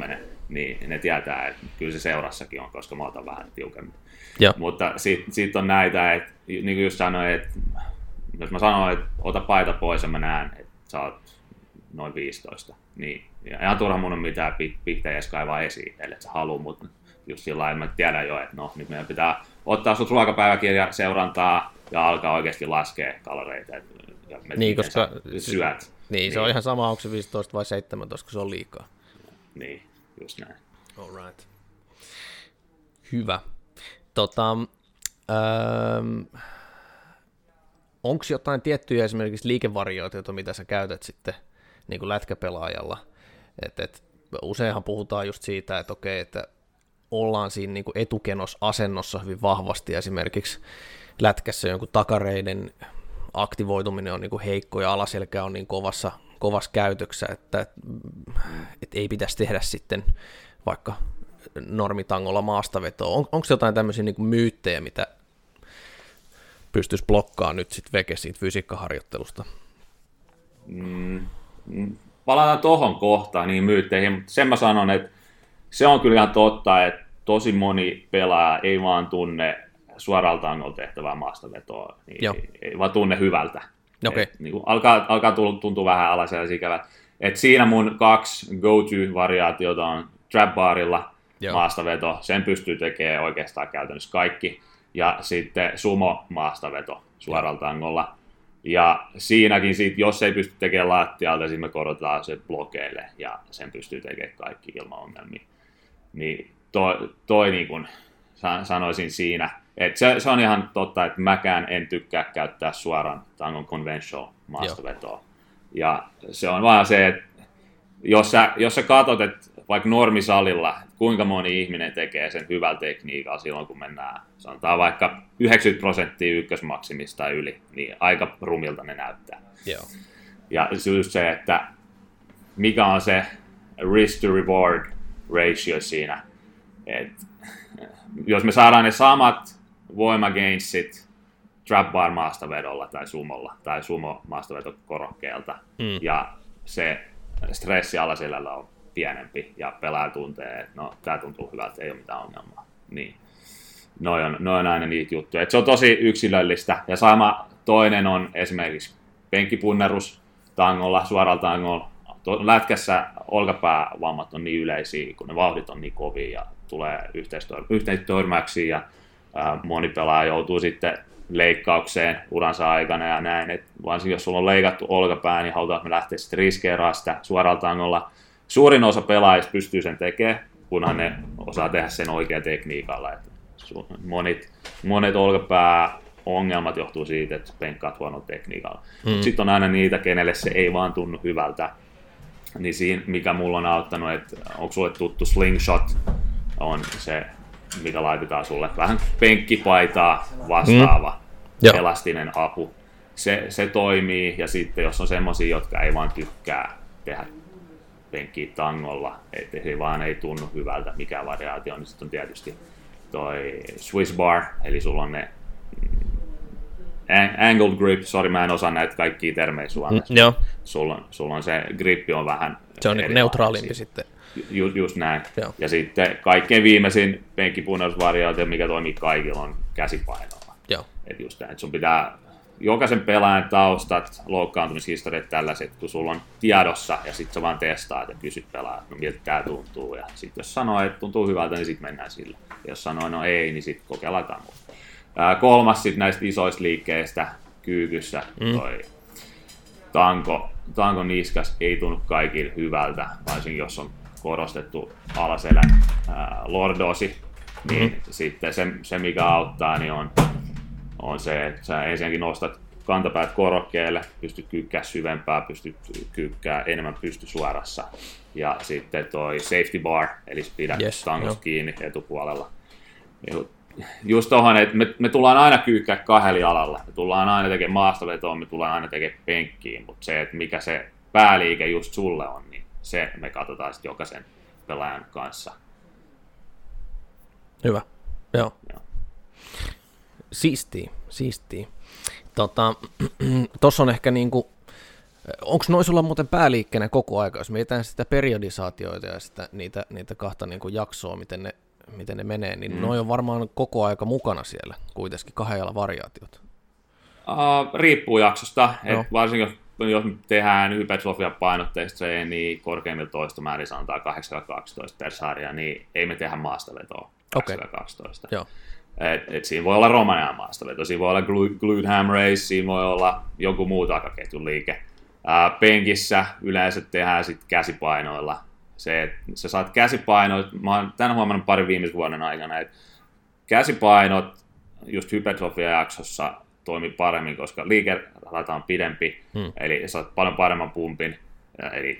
niin ne tietää, että kyllä se seurassakin on, koska mä otan vähän tiukemmin. Joo. Mutta sitten on näitä, että niin kuin just sanoin, että jos mä sanon, että ota paita pois ja mä näen, että sä oot noin 15, niin ja ihan turha mun on mitään pihtejä edes kaivaa esiin, ellei sä halua, mutta just sillä lailla mä tiedän jo, että no nyt meidän pitää ottaa sut ruokapäiväkirja seurantaa ja alkaa oikeasti laskea kaloreita, ja niin, koska syöt. Niin, se on ihan sama, onko se 15 vai 17, kun se on liikaa. Niin, just näin. All right. Hyvä. Onko jotain tiettyjä esimerkiksi liikevarioita, mitä sä käytät sitten niin kuin lätkäpelaajalla? Useinhan puhutaan just siitä, että okei, että ollaan siinä niin kuin etukenosasennossa hyvin vahvasti, esimerkiksi lätkässä jonkun takareiden aktivoituminen on niin kuin heikko ja alaselkä on niin kovassa käytössä, että ei pitäisi tehdä sitten vaikka normitangolla maastavetoa. Onko jotain tämmöisiä niin kuin myyttejä, mitä pystyisi blokkaamaan nyt sitten veke siitä fysiikkaharjoittelusta? Palataan tuohon kohtaan niin myytteihin, mutta sen mä sanon, että se on kyllä ihan totta, että tosi moni pelaaja ei vaan tunne suoralta tangolta tehtävää maastavetoa, niin ei vaan tunne hyvältä. Okay. Niin alkaa tuntua vähän alaselkäiseltä ikävä. Et siinä mun 2 go-to-variaatiota on trap barilla maastaveto, sen pystyy tekemään oikeastaan käytännössä kaikki, ja sitten sumo maastaveto suoralta tangolla. Ja siinäkin, jos ei pysty tekemään lattialta, niin me korotetaan se blokeille, ja sen pystyy tekemään kaikki ilman ongelmia. Niin toi niin kuin sanoisin siinä, että se on ihan totta, että mäkään en tykkää käyttää suoran tangon conventional maastavetoa. Ja se on vaan se, että jos sä katsot, että vaikka normisalilla, kuinka moni ihminen tekee sen hyvällä tekniikalla silloin, kun mennään, sanotaan vaikka 90% ykkösmaksimista tai yli, niin aika rumilta ne näyttää. Joo. Ja just se, että mikä on se risk to reward ratio siinä, että jos me saadaan ne samat voimagainsit trap bar maastavedolla tai sumolla tai sumo maastavetokorokkeelta ja se stressi alaselällä on pienempi ja pelaaja tuntee, että no tää tuntuu hyvältä, ei ole mitään ongelmaa. Niin. Noi on aina niitä juttuja. Et se on tosi yksilöllistä ja sama toinen on esimerkiksi penkkipunnerus tangolla, suoralla tangolla. Lätkässä olkapäävammat on niin yleisiä, kun ne vauhdit on niin kovia ja tulee yhteistörmäyksiä ja moni pelaaja joutuu sitten leikkaukseen uransa aikana ja näin, että varsinkin jos sulla on leikattu olkapää, niin halutaan, että me lähtee sitten riskeeraamaan sitä suoralla tangolla. Suurin osa pelaajista pystyy sen tekemään, kunhan ne osaa tehdä sen oikea tekniikalla. Että monet olkapääongelmat johtuu siitä, että penkkaat huonolla tekniikalla. Sitten on aina niitä, kenelle se ei vaan tunnu hyvältä. Niin siinä, mikä mulla on auttanut, että onko sulle tuttu slingshot, on se, mikä laitetaan sulle vähän penkkipaitaa vastaava elastinen apu. Se toimii, ja sitten jos on semmosia, jotka ei vaan tykkää tehdä penkkiä tangolla, että se vaan ei tunnu hyvältä mikään variaatio, niin sitten on tietysti toi Swiss bar, eli sulla on ne angled grip, sorry mä en osaa näitä kaikkia termejä suomeksi. Sulla on se grippi on vähän se on niin neutraalimpi sitten. Just näin. Joo. Ja sitten kaikkein viimeisin penkkipunnerusvariaatio, mikä toimii kaikilla, on käsipainolla. Että just näin, että sun pitää jokaisen pelaajan taustat, loukkaantumishistoriat tällaiset, kun sulla on tiedossa, ja sitten sä vaan testaat ja kysyt pelaajat, no miltä tää tuntuu. Ja sitten jos sanoo, että tuntuu hyvältä, niin sitten mennään sillä. Ja jos sanoo, no ei, niin sitten kokeillaan tangolla. Kolmas sitten näistä isoista liikkeistä kyykyssä, toi tanko niskas ei tunnu kaikille hyvältä, varsinkin jos on korostettu alaselän lordosi, niin sitten se mikä auttaa, niin on se, että sä ensinnäkin nostat kantapäät korokkeelle, pystyt kyykkää syvempää, pystyt kyykkää enemmän pystysuorassa, ja sitten toi safety bar, eli pidät tangosta kiinni etupuolella. Just tohon, että me tullaan aina kyykkää kahdella jalalla, me tullaan aina tekemään maastavetoa, me tullaan aina tekemään penkkiin, mutta se, että mikä se pääliike just sulle on, niin se me katsotaan sitten jokaisen pelaajan kanssa. Hyvä, joo. Siistiä. Tuossa on ehkä niinku, Onko noin sulla muuten pääliikkeenä koko aika, jos mietitään sitä periodisaatioita ja niitä kahta niin kuin jaksoa, miten ne menee, niin noin on varmaan koko aika mukana siellä, kuitenkin 2 variaatiot. Riippuu jaksosta, no. Varsinkin jos tehdään hypertrofia painotteista treeniä korkeimmilla toistomäärin sanotaan 8-12 per sarja, niin ei me tehdä maastavetoa 8-12. Joo. Et siinä voi olla romanian maastaveto, siinä voi olla glute ham raise, siinä voi olla joku muu takaketjun liike. Penkissä yleensä tehdään sitten käsipainoilla. Se, että sä saat käsipainot, mä oon tämän huomannut parin viimeisen vuoden aikana, että käsipainot just hypertrofia-jaksossa toimii paremmin, koska liikerata on pidempi, eli saat paljon paremman pumpin, eli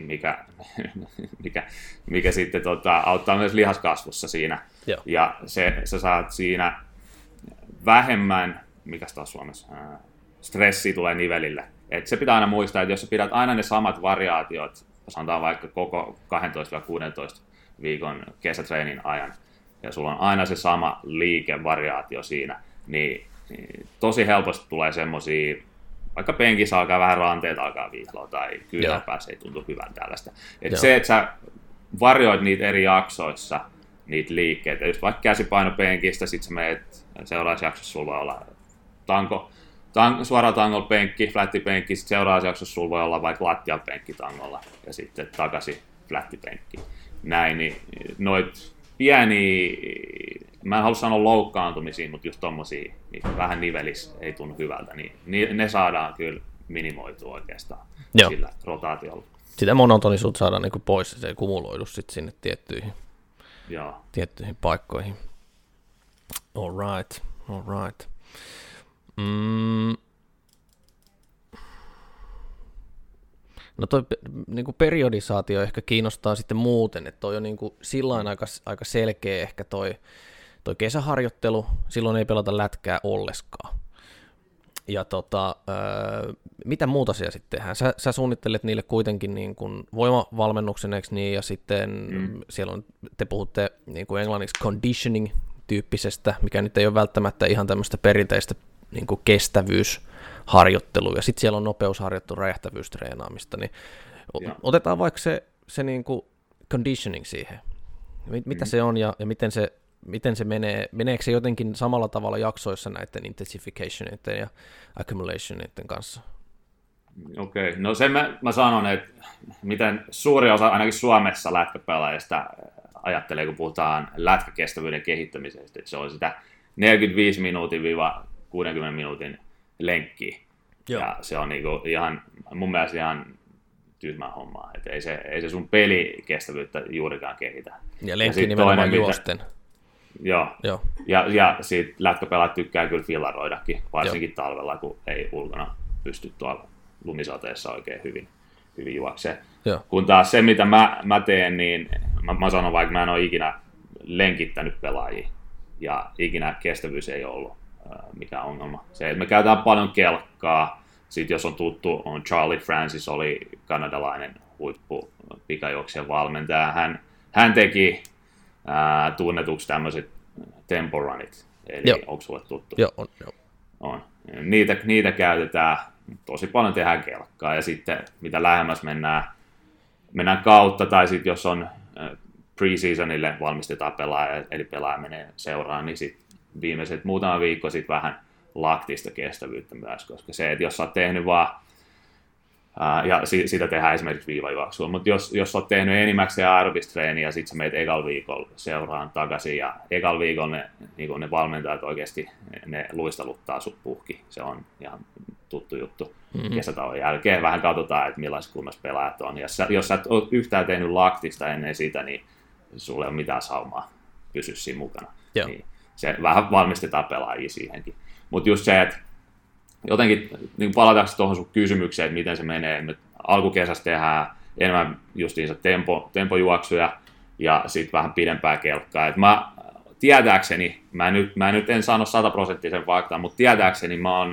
mikä sitten auttaa myös lihaskasvussa siinä. Joo. Ja sä saat siinä vähemmän, mikäs taas Suomessa, stressi tulee nivelille. Et se pitää aina muistaa, että jos sä pidät aina ne samat variaatiot, sanotaan vaikka koko 12-16 viikon kesätreenin ajan, ja sulla on aina se sama liikevariaatio siinä, niin tosi helposti tulee semmosia, vaikka penkissä alkaa vähän ranteet alkaa vihloa, tai kyynärpäässä ei tuntu hyvän tällaista. Se, että sä varjoit niitä eri jaksoissa, niitä liikkeitä, just vaikka käsipainopenkistä, sit sä meet seuraavassa jaksossa sulla voi olla suora tangolla penkki, flättipenkki, sitten seuraavassa jaksossa sulla voi olla vaikka lattiapenkki tangolla ja sitten takaisin flättipenkki. Näin, niin noit pieniä, mä en halua sanoa loukkaantumisia, mutta just tommosia niin vähän nivelis ei tunnu hyvältä, niin ne saadaan kyllä minimoitua oikeastaan sillä rotaatiolla. Sitä monotonisuutta saadaan niin kuin pois, se ei kumuloidu sitten sinne tiettyihin paikkoihin. All right. No toi niinku periodisaatio ehkä kiinnostaa sitten muuten, että toi on niinku sillain aika selkeä ehkä toi kesäharjoittelu, silloin ei pelata lätkää olleskaan. Ja mitä muuta siellä sitten tehdään? Sä suunnittelet niille kuitenkin niin kuin voimavalmennuksen, eikö niin, ja sitten siellä on, te puhutte niin kuin englanniksi conditioning-tyyppisestä, mikä nyt ei ole välttämättä ihan tämmöistä perinteistä niin kuin kestävyysharjoittelua, ja sitten siellä on nopeusharjoittelu, räjähtävyystreenaamista, niin otetaan vaikka se niin kuin conditioning siihen. Mitä se on ja miten se menee? Meneekö se jotenkin samalla tavalla jaksoissa näiden intensificationiden ja accumulationiden kanssa? Okei, no sen mä sanon, että miten suuri osa ainakin Suomessa lätkäpelaajista ajattelee, kun puhutaan lätkäkestävyyden kehittämisestä, että se on sitä 45 minuutin 60 minuutin lenkkiä. Joo. Ja se on niinku ihan, mun mielestä ihan tyhmää hommaa, että ei se sun pelikestävyyttä juurikaan kehitä. Ja lenkki nimenomaan juosten. Joo. Ja siitä lätkäpelaat tykkää kyllä fillaroidakin, varsinkin talvella, kun ei ulkona pysty tuolla lumisateessa oikein hyvin juoksemaan. Kun taas se, mitä mä teen, niin mä sanon vaikka, mä en ole ikinä lenkittänyt pelaajia, ja ikinä kestävyys ei ollut mikään ongelma. Se, että me käytetään paljon kelkkaa, sitten jos on tuttu, on Charlie Francis, oli kanadalainen huippu pikajuoksijan valmentaja, hän teki tunnetuksi tämmöiset tempo runit, eli onko sulle tuttu? Joo, on. Niitä käytetään, tosi paljon tehdään kelkkaa, ja sitten mitä lähemmäs mennään kautta, tai sitten jos on pre-seasonille valmistetaan pelaaja, eli pelaaja menee seuraan, niin sitten viimeiset muutama viikko sitten vähän laktista kestävyyttä myös, koska se, että jos sä oot tehnyt vaan ja sitä tehdään esimerkiksi viivajuoksua, mutta jos olet tehnyt enimmäkseen aerobistreeniä ja sitten sä meet ekalla viikolla seuraan takaisin ja ekalla viikolla ne valmentajat oikeasti ne luisteluttaa sut puhki. Se on ihan tuttu juttu. Kesätauon jälkeen vähän katsotaan, että millaisessa kunnossa pelaajat on. Ja jos sä et ole yhtään tehnyt laktista ennen sitä, niin sulla ei ole mitään saumaa pysyä siinä mukana. Niin se vähän valmistetaan pelaajia siihenkin. Mutta just se, että jotenkin niin palataanko tuohon sun kysymykseen, että miten se menee. Me alkukesässä tehdään enemmän justiinsa tempojuoksuja ja sitten vähän pidempää kelkkaa. Et tietääkseni, mä nyt en sano 100% faktaa, mutta tietääkseni mä oon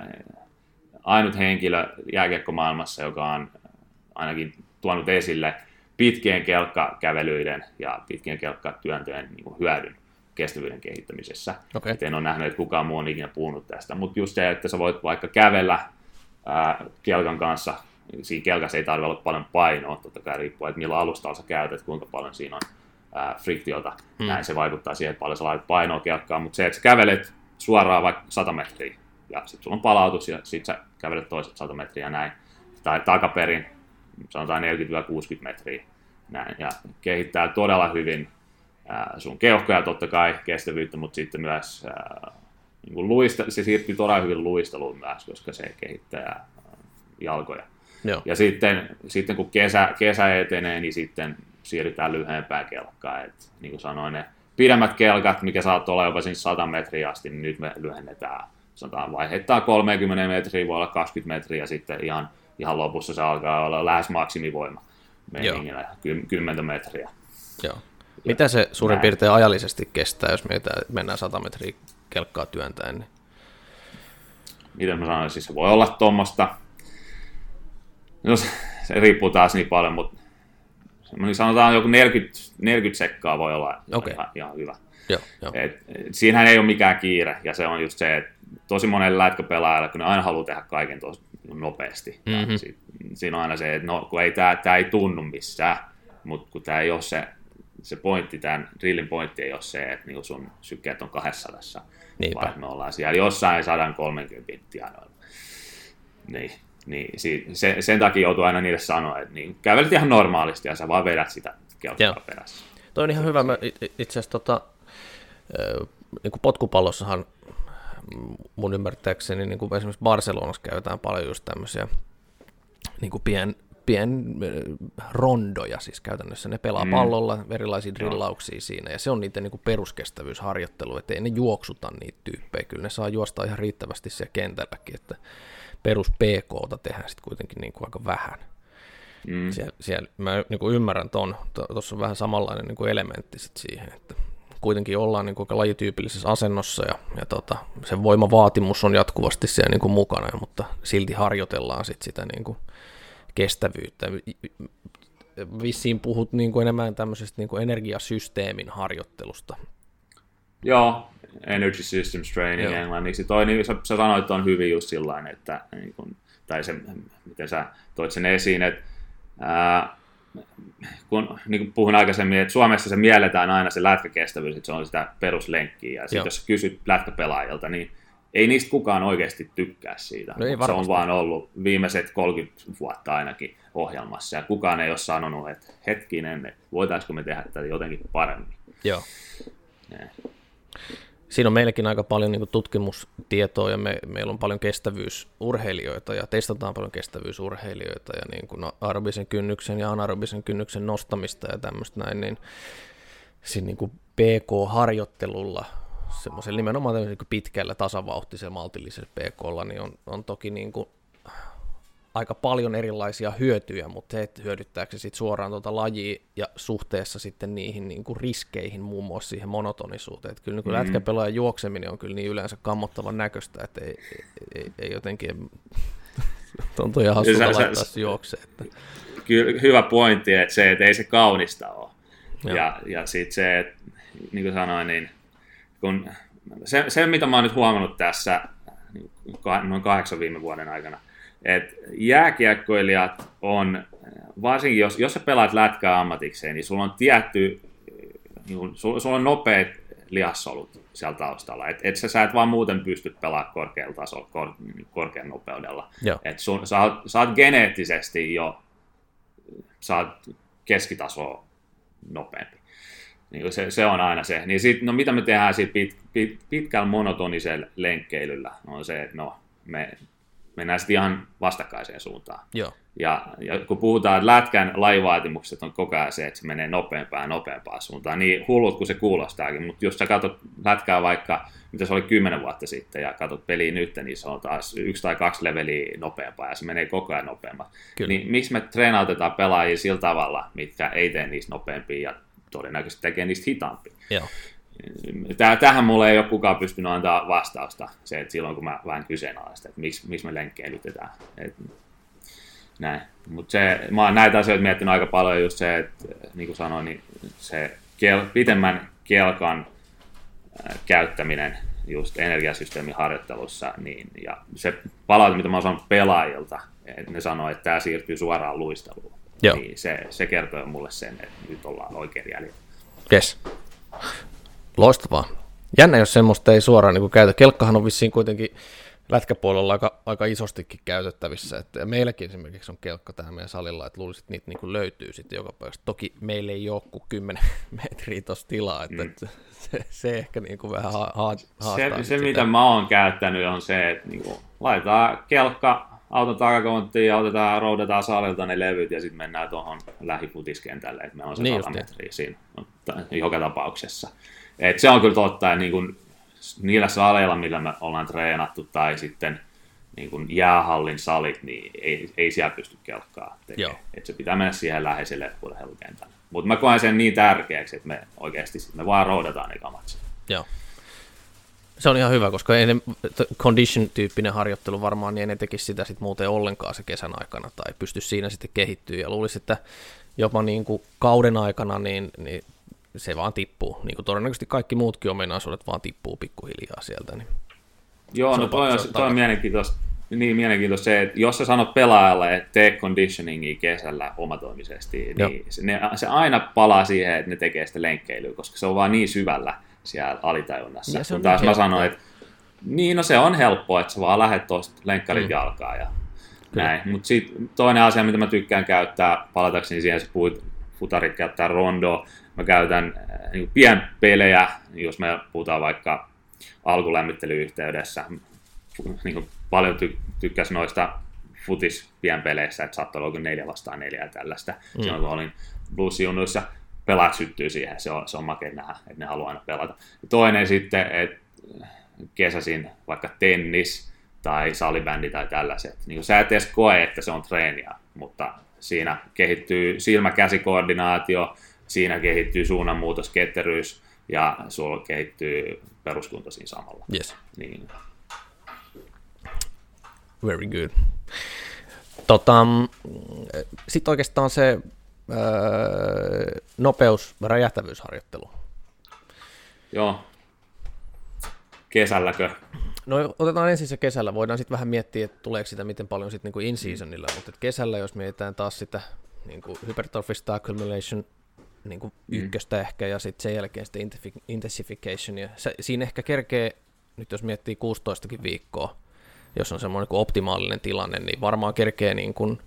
ainut henkilö jääkiekkomaailmassa, joka on ainakin tuonut esille pitkien kelkkakävelyiden ja pitkien kelkkatyöntöjen niin hyödyn kestävyyden kehittämisessä. Okay. En ole nähnyt, että kukaan muu on ikinä puhunut tästä, mutta just se, että sä voit vaikka kävellä kelkan kanssa siinä kelkassa ei tarvitse olla paljon painoa, totta kai riippuu, että millä alustalla sä käytät, kuinka paljon siinä on friktiota, näin se vaikuttaa siihen, että paljon sä laitat painoa kelkkaan, mutta se, että sä kävelet suoraan vaikka 100 metriä, ja sitten sulla on palautus, ja sitten sä kävelet toiset 100 metriä näin, tai takaperin, sanotaan 40-60 metriä, näin, ja kehittää todella hyvin sun keuhkoja, totta kai kestävyyttä, mutta sitten myös niin se siirtyy todella hyvin luisteluun myös, koska se kehittää jalkoja. Joo. Ja sitten kun kesä etenee, niin sitten siirrytään lyhyempään kelkkaan. Et, niin kuin sanoin, ne pidemmät kelkat, mikä saattaa olla jopa sinne 100 metriä asti, niin nyt me lyhennetään. Sanotaan vaiheittain 30 metriä, voi olla 20 metriä, ja sitten ihan lopussa se alkaa olla lähes maksimivoima meiningillä, 10 metriä. Joo. Mitä se suurin piirtein ajallisesti kestää, jos mennään 100 metriä kelkkaa työntäen? Niin? Miten mä sanoin, siis se voi olla tuommoista, no se riippuu taas niin paljon, mutta sanotaan joku 40 sekkaa voi olla ihan hyvä. Joo. Siinähän ei ole mikään kiire, ja se on just se, että tosi monelle lätkäpelaajalle, kun ne aina haluaa tehdä kaiken tosi nopeasti. Siinä on aina se, että no, kun tämä ei tunnu missään, mutta kun tämä ei ole se pointti, tämän drillin pointti ei ole se, että niin sun sykkeet on 200, vaan me ollaan siellä jossain 130 tienoilla. Niin sen takia joutuu aina niille sanoa, että niin, kävelet ihan normaalisti ja sä vaan vedät sitä kelkkaa perässä. Toi on ihan hyvä. Itse asiassa niin potkupallossahan mun ymmärtääkseni niin kuin esimerkiksi Barcelonassa käytetään paljon just tämmöisiä niin kuin pien rondoja, siis käytännössä ne pelaa pallolla, erilaisia drillauksia siinä, ja se on niiden niin kuin peruskestävyysharjoittelu, että ei ne juoksuta niitä tyyppejä, kyllä ne saa juosta ihan riittävästi siellä kentälläkin, että perus PK:ta tehdään sitten kuitenkin niin kuin aika vähän. Siellä mä niin kuin ymmärrän tuossa on vähän samanlainen niin kuin elementti sit siihen, että kuitenkin ollaan niin kuin lajityypillisessä asennossa, ja sen voimavaatimus on jatkuvasti siellä niin kuin mukana, mutta silti harjoitellaan sitä niin kuin kestävyyttä. Vissiin puhut niin kuin enemmän tämmöisestä niin kuin energiasysteemin harjoittelusta. Joo, Energy Systems Training englanniksi. Toi, niin sä sanoit, että on hyvin just sillain, että niin kun, tai se, miten sä toit sen esiin, että kun niin kuin puhun aikaisemmin, että Suomessa se mielletään aina se lätkäkestävyys, että se on sitä peruslenkkiä, ja sitten jos kysyt lätkäpelaajilta, niin ei niistä kukaan oikeasti tykkää siitä. No se on vaan ollut viimeiset 30 vuotta ainakin ohjelmassa, ja kukaan ei ole sanonut, että hetkinen, että voitaisiinko me tehdä tätä jotenkin paremmin. Joo. Siinä on meilläkin aika paljon niin kuin tutkimustietoa, ja meillä on paljon kestävyysurheilijoita, ja testataan paljon kestävyysurheilijoita, ja niin kuin aerobisen kynnyksen ja anaerobisen kynnyksen nostamista ja tämmöistä näin, niin siinä niin kuin PK-harjoittelulla, semmoisella nimenomaan niin kuin pitkällä, tasavauhtisella, maltillisella PK:lla, niin on toki niin kuin aika paljon erilaisia hyötyjä, mutta se, että hyödyttääkö se sitten suoraan lajia ja suhteessa sitten niihin niin kuin riskeihin, muun muassa siihen monotonisuuteen. Että kyllä niin lätkäpelaajan juokseminen on kyllä niin yleensä kammottavan näköistä, että ei jotenkin tuntuu ihan hassulta laittaa se juokseen. Kyllä hyvä pointti, että se, että ei se kaunista ole. Ja sitten se, että niin kuin sanoin, niin kun se, mitä mä oon nyt huomannut tässä noin 8 viime vuoden aikana, että jääkiekkoilijat on, varsinkin jos sä pelaat lätkää ammatikseen, niin sulla on tietty, sulla on nopeat lihassolut siellä taustalla, että sä et vaan muuten pysty pelaamaan korkealla tasolla, korkean nopeudella. Että sä oot geneettisesti jo, sä oot keskitasoa nopeampi. Niin se on aina se. Niin sit, no mitä me tehdään siitä pitkällä monotonisella lenkkeilyllä, on se, että me mennään sitten ihan vastakkaiseen suuntaan. Joo. Ja kun puhutaan, että lätkän lajivaatimukset on koko ajan se, että se menee nopeampaan suuntaan, niin hullut kuin se kuulostaakin, mutta jos sä katsot lätkää vaikka, mitä se oli 10 vuotta sitten, ja katsot peliä nyt, niin se on taas 1 tai 2 leveliä nopeampaa, ja se menee koko ajan nopeammin. Niin miksi me treenautetaan pelaajia sillä tavalla, mitkä ei tee niistä nopeampia, ja todennäköisesti tekee niistä hitaampia? Joo. Tähän mulle ei ole kukaan pystynyt antaa vastausta, se, että silloin kun mä vähän kyseenalaistan, että miksi me lenkkeilytetään. Näin. Mutta mä oon näitä asioita miettinyt aika paljon, just se, että niin kuin sanoin, niin se pitemmän kelkan käyttäminen, just energiasysteemin harjoittelussa, niin, ja se palaute, mitä mä oon saanut pelaajilta, että ne sanoo, että tämä siirtyy suoraan luisteluun, niin se kertoo mulle sen, että nyt ollaan oikein jäljellä. Yes. Loistavaa. Jännä, jos semmoista ei suoraan niin käytä. Kelkkahan on vissiin kuitenkin lätkäpuolella aika isostikin käytettävissä. Että meilläkin esimerkiksi on kelkka tähän meidän salilla, että luulisin, että niitä niin löytyy sitten joka päivästä. Toki meillä ei ole kuin 10 metriä tuossa tilaa, että se ehkä niin kuin vähän haastaa. Se mitä mä oon käyttänyt, on se, että niin laitetaan kelkka auton takakonttiin ja roudataan salilta ne levyt ja sitten mennään tuohon lähifutiskentälle, että meillä on se 100 metriä siinä joka tapauksessa. Et se on kyllä totta, että niin kuin niillä saleilla, millä me ollaan treenattu, tai sitten niin kuin jäähallin salit, niin ei siellä pysty kelkkaa tekemään. Että se pitää mennä siihen läheiselle urheilukentälle. Mutta mä koen sen niin tärkeäksi, että me oikeasti me vaan roudataan ne kamatsit. Joo. Se on ihan hyvä, koska ei ne condition-tyyppinen harjoittelu varmaan, niin ei ne tekisi sitä sit muuten ollenkaan se kesän aikana, tai pysty siinä sitten kehittyä. Ja luulisin, että jopa niin kuin kauden aikana, niin se vaan tippuu. Niin kuin todennäköisesti kaikki muutkin ominaisuudet vaan tippuu pikkuhiljaa sieltä. Niin joo, no toi on mielenkiintoista. Niin mielenkiintoista se, että jos sä sanot pelaajalle, että tee conditioningia kesällä omatoimisesti, niin se aina palaa siihen, että ne tekee sitä lenkkeilyä, koska se on vaan niin syvällä siellä alitajunnassa. Kun taas mä sanoin, että niin, no se on helppoa, että sä vaan lähdet tuosta lenkkarit jalkaa ja näin. Mutta sitten toinen asia, mitä mä tykkään käyttää, palatakseni siihen, jos futarit käyttää rondoa, mä käytän niin pienpelejä, jos me puhutaan vaikka alkulämmittelyyhteydessä, niin paljon tykkäsin noista futis-pienpeleissä, että saattoi olla 4 vastaan 4 ja tällaista. Silloin kun olin bluesjunnuissa, pelaat syttyy siihen, se on makea nähdä, että ne haluaa aina pelata. Ja toinen sitten, että kesäsin vaikka tennis tai salibändi tai tällaiset. Niin sä et edes koe, että se on treeniä, mutta siinä kehittyy silmä-käsikoordinaatio, siinä kehittyy suunnanmuutos, ketteryys ja sulla kehittyy peruskunto siinä samalla. Yes. Niin. Very good. Sitten oikeastaan se nopeus- ja räjähtävyysharjoittelu. Joo. Kesälläkö? No otetaan ensin se kesällä. Voidaan sitten vähän miettiä, että tuleeko sitä miten paljon sitten niin in-seasonilla, mutta kesällä, jos mietitään taas sitä niin hypertrophista accumulation niin ykköstä ehkä, ja sitten sen jälkeen sitten intensification. Ja siinä ehkä kerkee, nyt jos miettii 16 viikkoa, jos on semmoinen niin optimaalinen tilanne, niin varmaan kerkee niin kuin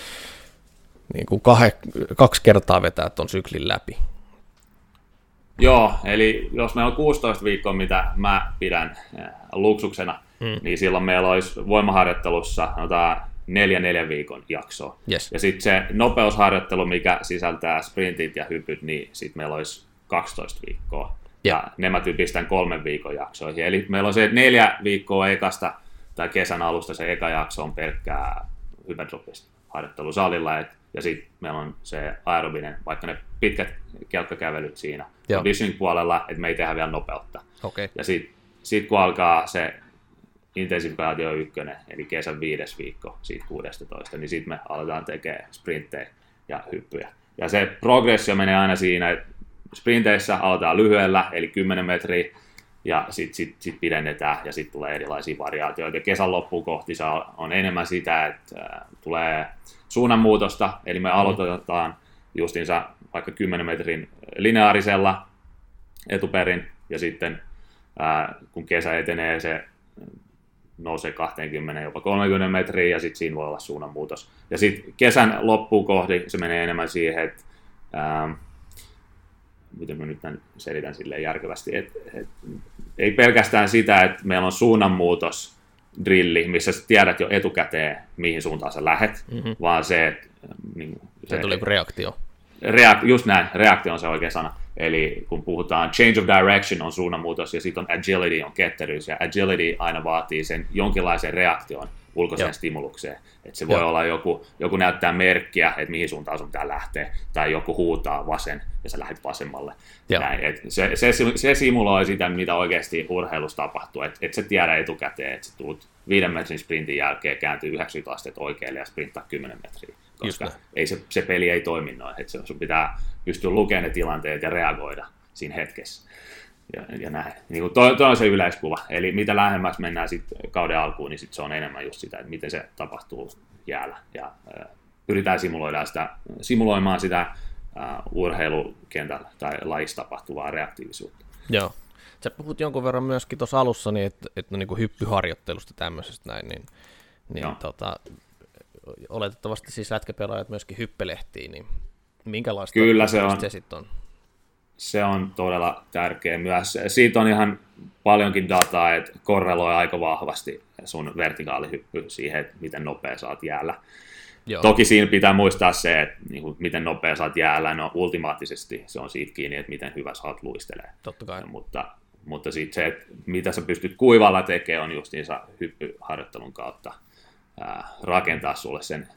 2 kertaa vetää tuon syklin läpi. Joo, eli jos meillä on 16 viikkoa, mitä mä pidän luksuksena, niin silloin meillä olisi voimaharjoittelussa 4 viikon jaksoa. Yes. Ja sitten se nopeusharjoittelu, mikä sisältää sprintit ja hypyt, niin sitten meillä olisi 12 viikkoa. Ja ne mä pistän 3 viikon jaksoihin. Eli meillä on se 4 viikkoa ekasta tai kesän alusta se eka jakso on pelkkää hypertrofista harjoittelusalilla, ja sitten meillä on se aerobinen, vaikka ne pitkät kelkkakävelyt siinä conditioning puolella, että me ei tehdä vielä nopeutta. Okay. Ja sitten kun alkaa se intensifikaatio 1, eli kesän 5. viikko siitä 16, niin sitten me aletaan tekemään sprinttejä ja hyppyjä. Ja se progressio menee aina siinä, että sprinteissä aletaan lyhyellä, eli 10 metriä, ja sitten pidennetään, ja sitten tulee erilaisia variaatioita. Kesän loppuun kohti se on enemmän sitä, että tulee suunnanmuutosta, eli me aloitetaan justiinsa vaikka 10 metrin lineaarisella etuperin, ja sitten kun kesä etenee, se nousee 20, jopa 30 metriä, ja sitten siinä voi olla suunnanmuutos. Ja sitten kesän loppuun kohti se menee enemmän siihen, että miten mä nyt selitän silleen järkevästi, että ei pelkästään sitä, että meillä on suunnanmuutos drilli, missä sä tiedät jo etukäteen, mihin suuntaan sä lähet, vaan se, että se tuli reaktio. Just näin, reaktio on se oikea sana. Eli kun puhutaan change of direction on suunnanmuutos ja sitten on agility on ketteryys, ja agility aina vaatii sen jonkinlaisen reaktion ulkoiseen stimulukseen. Että se voi olla joku näyttää merkkiä, että mihin suuntaan sun pitää lähteä, tai joku huutaa vasen ja sä lähdet vasemmalle. Näin. Se simuloi sitä, mitä oikeasti urheilussa tapahtuu, että et sä tiedä etukäteen, että sä tulet 5 metrin sprintin jälkeen kääntyy 90 astetta oikealle ja sprinttaa 10 metriä, koska se peli ei toimi noin, että sun pitää pystyä lukemaan ne tilanteet ja reagoida siinä hetkessä. ja näin. Niin toi on se yleiskuva. Eli mitä lähemmäs mennään sitten kauden alkuun, niin sit se on enemmän just sitä, että miten se tapahtuu jäällä. Ja pyritään simuloimaan sitä urheilukentällä tai lajissa tapahtuvaa reaktiivisuutta. Joo. Sä puhut jonkun verran myöskin tuossa alussa, niin että niin kuin hyppyharjoittelusta tämmöisestä näin, niin oletettavasti siis lätkäpelaajat myöskin hyppelehtiin, niin minkälaista Kyllä se sitten on? Se on todella tärkeä myös. Siitä on ihan paljonkin dataa, että korreloi aika vahvasti sun vertikaalihyppy siihen, että miten nopea saat jäällä. Joo. Toki siinä pitää muistaa se, että niin miten nopea saat jäällä, no ultimaattisesti se on siitä kiinni, että miten hyvä saat luistelee. Totta kai. Mutta sitten se, että mitä sä pystyt kuivalla tekemään, on justiinsa hyppyharjoittelun kautta rakentaa sulle sen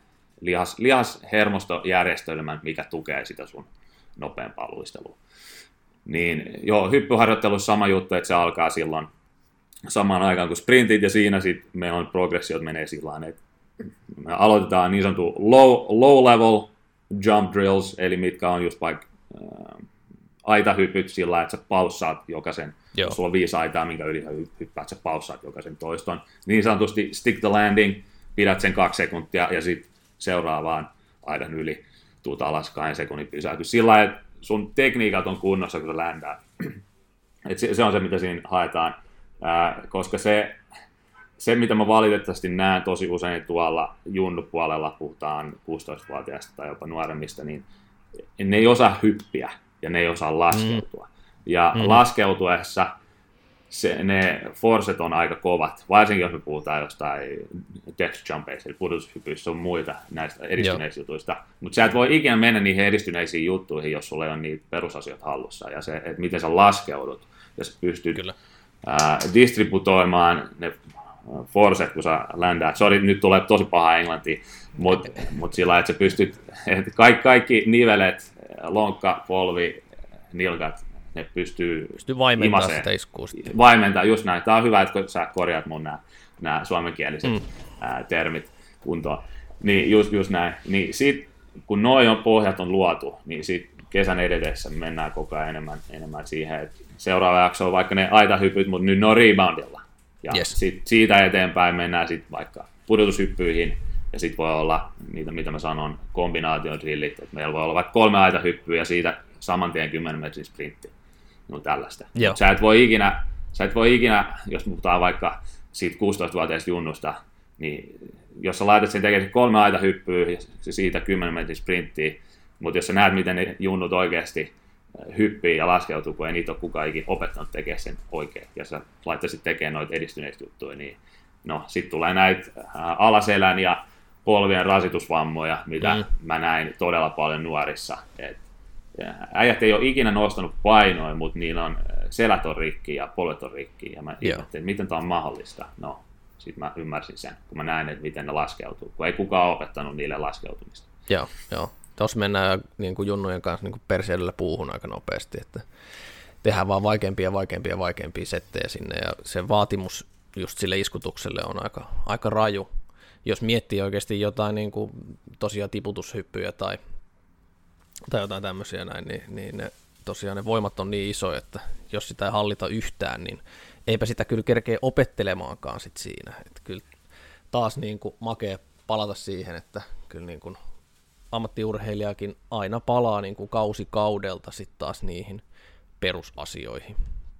lihashermostojärjestelmän, mikä tukee sitä sun nopeampaa luistelua. Niin joo, hyppyharjoittelussa sama juttu, että se alkaa silloin samaan aikaan kuin sprintit, ja siinä sitten meillä on progressiot menee sillä tavalla, että me aloitetaan niin sanottu low level jump drills, eli mitkä on just vaikka aitahypyt sillä, että sä paussaat jokaisen, jos sulla on 5 aitaa, minkä yli hyppäät, sä paussaat jokaisen toiston. Niin sanotusti stick the landing, pidät sen 2 sekuntia, ja sitten seuraavaan aidan yli tuut alas 2 sekunnin pysähty. Sillä että sun tekniikat on kunnossa, kun sä ländää. Se on se, mitä siinä haetaan, koska se, mitä mä valitettavasti näen tosi usein tuolla junnupuolella, puhutaan 16-vuotiaista tai jopa nuoremmista, niin ne ei osaa hyppiä ja ne ei osaa laskeutua. Ja laskeutuessa ne forcet on aika kovat, varsinkin jos me puhutaan jostain depth jumpeista, eli pudotushypyissä on muita näistä edistyneistä jutuista. Mutta sä et voi ikinä mennä niihin edistyneisiin juttuihin, jos sulla ei ole niitä perusasioita hallussa. Ja se, että miten sä laskeudut, ja sä pystyt distributoimaan ne forcet, kun sä ländäät. Sori, nyt tulee tosi paha englantia, mutta sillä että sä pystyt, että kaikki nivelet, lonkka, polvi, nilkat, ne pystyy vaimentamaan sitä iskua. Vaimentaa, just näin. Tämä on hyvä, että sä korjaat mun nämä suomenkieliset termit kuntoon. Niin just näin. Niin sit, kun pohjat on luotu, niin sit kesän edetessä mennään koko ajan enemmän siihen, että seuraava jakso on vaikka ne aitahypyt, mutta nyt ne on reboundilla. Ja sit siitä eteenpäin mennään sitten vaikka pudotushyppyihin, ja sitten voi olla niitä, mitä mä sanon, kombinaatiodrillit, että meillä voi olla vaikka 3 aitahyppyä ja siitä saman tien 10 metrin sprintti. No tällaista. Sä et voi ikinä, jos puhutaan vaikka siitä 16-vuotiaista junnusta, niin jos sä laitat sen tekemään 3 aitahyppyä ja siitä 10 metrin sprinttiä, mutta jos sä näet, miten ne junnut oikeasti hyppii ja laskeutuu, kun ei niitä ole kukaan ikinä opettanut tekemään sen oikein, ja sä laittaisit tekemään noita edistyneistä juttuja, niin no sit tulee näitä alaselän ja polvien rasitusvammoja, mitä mä näin todella paljon nuorissa. Äijät ei ole ikinä nostanut painoja, mutta niillä on selät on rikki ja polvet on rikki, ja mä ihmettelin, miten tämä on mahdollista. No, sitten mä ymmärsin sen, kun mä näin, että miten ne laskeutuu, kun ei kukaan opettanut niille laskeutumista. Joo. Tuossa mennään niin kuin junnujen kanssa niin kuin perseidellä puuhun aika nopeasti, että tehdään vaan vaikeampia settejä sinne, ja se vaatimus just sille iskutukselle on aika raju. Jos miettii oikeasti jotain niin kuin tosiaan tiputushyppyjä tai jotain tämmöisiä näin, niin tosiaan ne voimat on niin isoja, että jos sitä ei hallita yhtään, niin eipä sitä kyllä kerkeä opettelemaankaan sit siinä. Että kyllä taas niin kuin makea palata siihen, että kyllä niin kuin ammattiurheilijakin aina palaa niin kuin kausi kaudelta sitten taas niihin perusasioihin.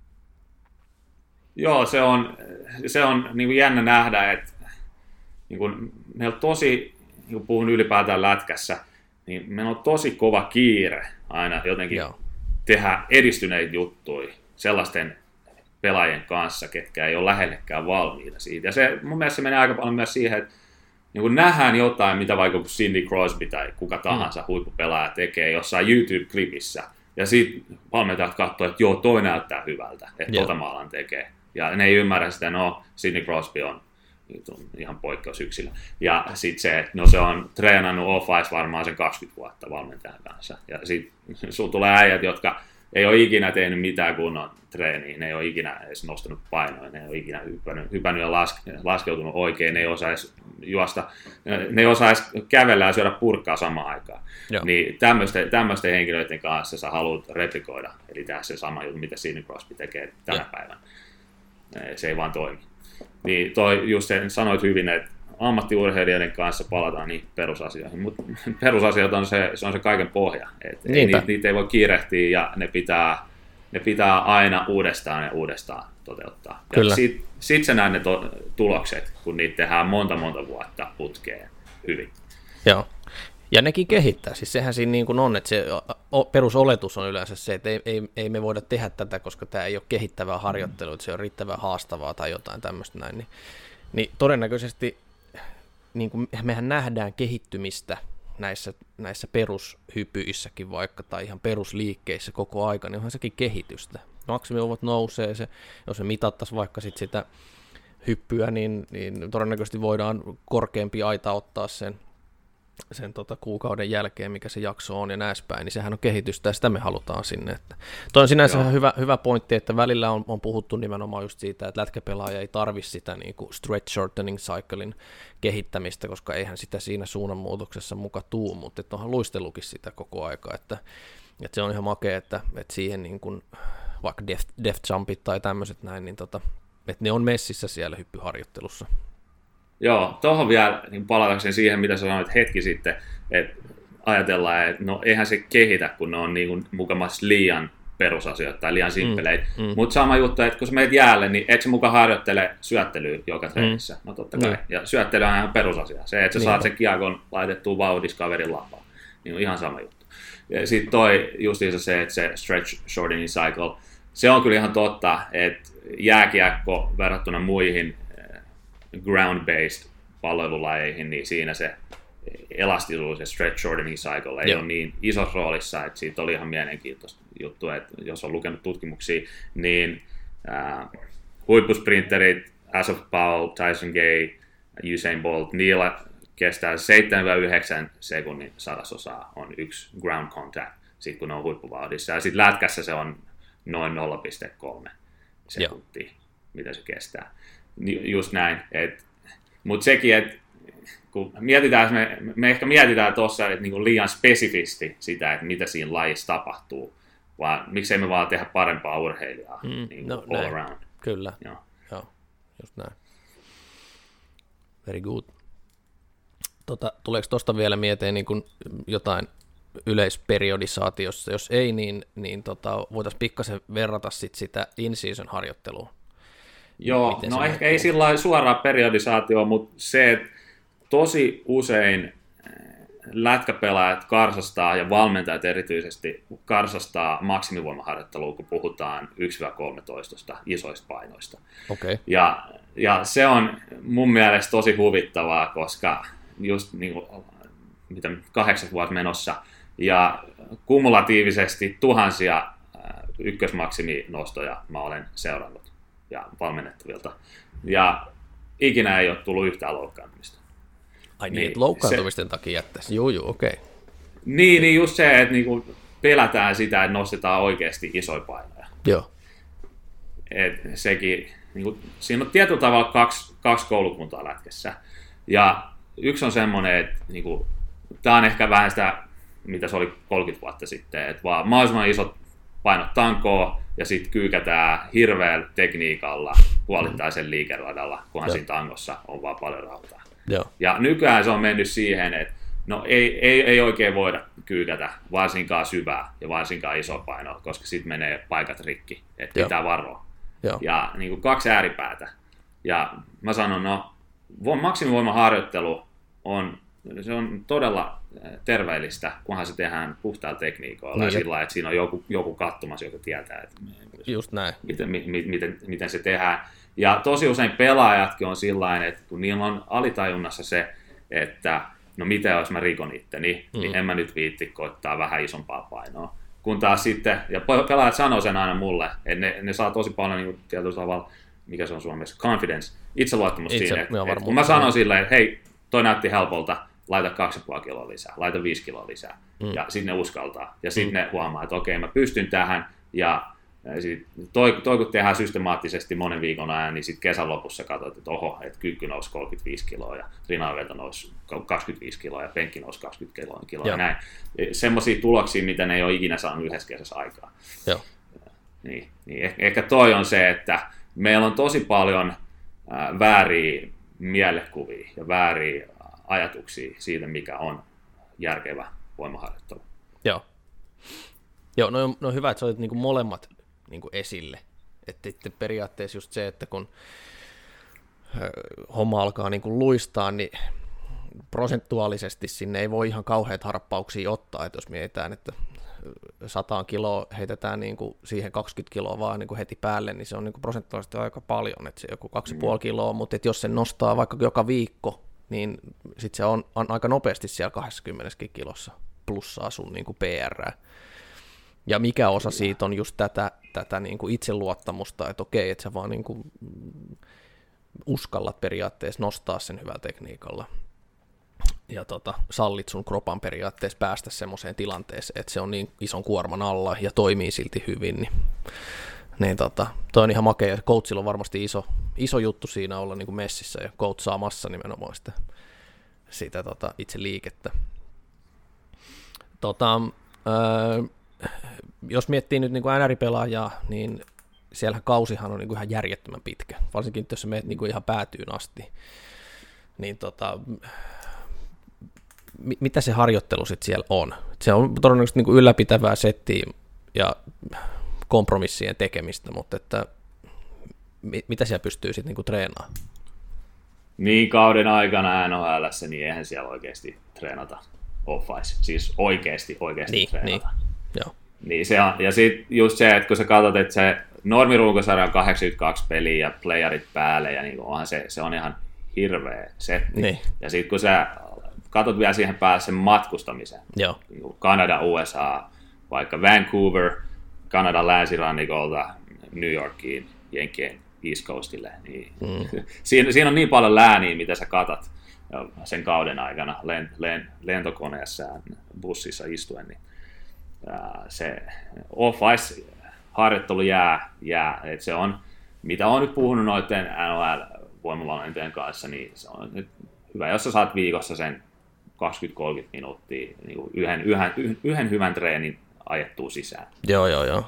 Joo, se on niin kuin jännä nähdä, että niin kuin meillä on tosi, niin kuin puhun ylipäätään lätkässä, niin meillä on tosi kova kiire aina jotenkin tehdä edistyneitä juttuja sellaisten pelaajien kanssa, ketkä ei ole lähellekään valmiita siitä. Ja se, mun mielestä se menee aika paljon myös siihen, että niin kun nähdään jotain, mitä vaikka Sidney Crosby tai kuka tahansa huippupelaaja tekee jossain YouTube-klipissä, ja sitten valmentajat katsoo, että joo, toi näyttää hyvältä, että tota mä alan tekee. Ja ne ei ymmärrä sitä, no Sidney Crosby on ihan poikkeusyksilö. Ja sitten se, että no se on treenannut off-ice varmaan sen 20 vuotta valmentajan kanssa. Ja sitten sulla tulee äijät, jotka ei ole ikinä tehnyt mitään kunnon treeniä, ne ei ole ikinä edes nostanut painoja, ne ei ole ikinä hypännyt ja laskeutunut oikein, ne ei osaa edes juosta, ne ei osaa edes kävellä ja syödä purkkaa samaan aikaan. Joo. Niin tämmöisten henkilöiden kanssa sä haluat replikoida, eli tehdä se sama juttu, mitä Sidney Crosby tekee tänä päivänä. Se ei vaan toimi. Niin just sanoit hyvin, että ammattiurheilijoiden kanssa palataan niihin perusasioihin, mutta perusasiat on se on kaiken pohja. Niitä ei voi kiirehtiä ja ne pitää aina uudestaan ja uudestaan toteuttaa. Ja sit sä näet ne tulokset, kun niitä tehdään monta vuotta putkeen hyvin. Joo. Ja nekin kehittää. Siis sehän siinä niin kuin on, että se perusoletus on yleensä se, että ei me voida tehdä tätä, koska tämä ei ole kehittävää harjoittelua, että se on riittävän haastavaa tai jotain tämmöistä näin. Niin todennäköisesti niin kuin mehän nähdään kehittymistä näissä perushypyissäkin vaikka, tai ihan perusliikkeissä koko aika, niin onhan sekin kehitystä. Maksimivovot nousee, jos me mitattaisiin vaikka sitä hyppyä, niin todennäköisesti voidaan korkeampi aita ottaa sen kuukauden jälkeen, mikä se jakso on ja näispäin, niin sehän on kehitystä ja sitä me halutaan sinne. Toi on sinänsä hyvä pointti, että välillä on puhuttu nimenomaan just siitä, että lätkäpelaaja ei tarvitse sitä niin kuin stretch shortening cyclein kehittämistä, koska eihän sitä siinä suunnanmuutoksessa muka tuu, mutta onhan luistelukin sitä koko aika, että se on ihan makea, että siihen niin kuin, vaikka deft jumpit tai tämmöiset näin, niin että ne on messissä siellä hyppyharjoittelussa. Joo, tuohon vielä niin palatakseni siihen, mitä sanoit hetki sitten, että ajatellaan, että no eihän se kehitä, kun ne on niin kuin mukamassa liian perusasioita tai liian simppeleitä. Mutta sama juttu, että kun sä menet jäälle, niin eikö sä mukaan harjoittele syöttelyä joka treenissä? No totta kai. Ja syöttely on ihan perusasia. Se, että sä saat sen kiekon laitettua vauhdissa kaverin lampaan, niin on ihan sama juttu. Ja sitten toi justiinsa se, että se stretch shortening cycle, se on kyllä ihan totta, että jääkiekko verrattuna muihin ground-based palloilulajeihin, niin siinä se elastisuus ja stretch shortening cycle ei ole niin isossa roolissa, että siitä oli ihan mielenkiintoista juttu, että jos on lukenut tutkimuksia, niin huippusprinterit, Asaf Powell, Tyson Gay, Usain Bolt, niillä kestää 7-9 sekunnin sadasosaa on yksi ground contact, sit kun ne on huippuvauhdissa, ja sitten lätkässä se on noin 0,3 sekuntia, mitä se kestää. Just näin, mutta sekin, että kun mietitään, me ehkä mietitään tuossa niin liian spesifisti sitä, että mitä siinä lajissa tapahtuu, vaan miksei me vaan tehdä parempaa urheilijaa niin all näin. Around. Kyllä, joo, just näin. Very good. Tuleeko tuosta vielä mieteen niin kuin jotain yleisperiodisaatiossa? Jos ei, niin voitaisiin pikkasen verrata sitä in-season harjoittelua. Joo, no ehkä ei sillä lailla suoraa periodisaatioa, mutta se, että tosi usein lätkäpelaajat karsastaa ja valmentajat erityisesti karsastaa maksimivoimaharjoittelua, kun puhutaan 1-13 isoista painoista. Okay. Ja se on mun mielestä tosi huvittavaa, koska just niin kuin, 8 vuotta menossa ja kumulatiivisesti tuhansia ykkösmaksiminostoja mä olen seurannut ja valmennettavilta. Ja ikinä ei ole tullut yhtään loukkaantumista. Ai niin, että loukkaantumisten takia jättäisi. Joo, okei. Okay. Niin just se, että niinku pelätään sitä, että nostetaan oikeasti isoja painoja. Joo. Et sekin, niinku, siinä on tietyllä tavalla kaksi koulukuntaa lätkessä. Ja yksi on semmoinen, että niinku, tämä on ehkä vähän sitä, mitä se oli 30 vuotta sitten, että vaan mahdollisimman isot painot tankoon ja sitten kyykätään hirveällä tekniikalla puolittaisen liikeradalla, kunhan siinä tangossa on vaan paljon rautaa. Joo. Ja nykyään se on mennyt siihen, että no ei oikein voida kyykätä varsinkaan syvää ja varsinkaan iso painoa, koska sitten menee paikat rikki, että pitää varoa. Joo. Ja niin kuin 2 ääripäätä. Ja mä sanon, no maksimivoimaharjoittelu on todella terveellistä, kunhan se tehdään puhtaalla tekniikoilla ja sillä lailla, että siinä on joku kattomassa, joka tietää, että just näin. Miten se tehdään. Ja tosi usein pelaajatkin on sillain, että kun niillä on alitajunnassa se, että no mitä jos mä rikon itteni, niin en mä nyt viitti koittaa vähän isompaa painoa. Kun taas sitten, ja pelaajat sanoo sen aina mulle, että ne saa tosi paljon niin tietyllä tavalla, mikä se on suomessa, confidence, itseluottamus siinä. Että kun mä sanon silleen, että hei, toi näytti helpolta, laita 2,5 kiloa lisää, laita 5 kiloa lisää. Ja sitten ne uskaltaa. Ja sitten ne huomaa, että okei, mä pystyn tähän, ja Toi kun tehdään systemaattisesti monen viikon ajan, niin sitten kesän lopussa katsot, että oho, että kyykky nousi 35 kiloa ja rinaveto nousi 25 kiloa ja penkki nousi 20 kiloa ja näin. Semmoisia tuloksia, mitä ne ei ole ikinä saanut yhdessä kesässä aikaa. Joo. Niin ehkä toi on se, että meillä on tosi paljon vääriä mielekuvia ja vääriä ajatuksia siitä, mikä on järkevä voimaharjoittelu. Joo. Joo, no on hyvä, että sä otit niinku molemmat niinku esille. Että periaatteessa just se, että kun homma alkaa niinku luistaa, niin prosentuaalisesti sinne ei voi ihan kauheat harppauksia ottaa, että jos mietitään, että 100 kiloa heitetään niinku siihen 20 kiloa vaan niinku heti päälle, niin se on niinku prosentuaalisesti aika paljon, että se joku 2,5 kiloa, mutta että jos se nostaa vaikka joka viikko, niin sitten se on aika nopeasti siellä 20 kilossa plussaa sun niinku PR. Ja mikä osa siitä on just tätä niinku itseluottamusta, että okei, että sä vaan niinku uskallat periaatteessa nostaa sen hyvällä tekniikalla. Ja sallit sun kropan periaatteessa päästä semmoiseen tilanteeseen, että se on niin ison kuorman alla ja toimii silti hyvin. Niin toi on ihan makea. Coachilla on varmasti iso juttu siinä olla niin kuin messissä ja coachaamassa nimenomaan sitä itse liikettä. Jos miettii nyt niin kuin NR-pelaajaa, niin siellähän kausihan on niin kuin ihan järjettömän pitkä. Varsinkin jos sä menet niin kuin ihan päätyyn asti. Niin mitä se harjoittelu sitten siellä on? Se on todennäköisesti niin kuin ylläpitävää settiä ja kompromissien tekemistä, mutta että mitä siellä pystyy sitten niin treenaamaan? Niin kauden aikana NHL:ssä, niin eihän siellä oikeasti treenata off-ice. Siis oikeasti treenata. Niin, joo. Niin se on, ja sitten just se, että kun sä katsot, että se normirunkosarja on 82 peliä ja playerit päälle, ja niin onhan se on ihan hirveä setti. Niin. Ja sitten kun sä katsot vielä siihen päälle sen matkustamisen, joo. Kanada, USA, vaikka Vancouver, Kanadan länsirannikolta New Yorkiin, Jenkkien East Coastille, niin siinä on niin paljon lääniä, mitä sä katat sen kauden aikana lentokoneessa ja bussissa istuen, niin se off-ice-harjoittelu jää, että se on, mitä on nyt puhunut noiden NHL-voimavalmentajien kanssa, niin se on nyt hyvä, jos sä saat viikossa sen 20-30 minuuttia niin yhden hyvän treenin ajettua sisään. Joo.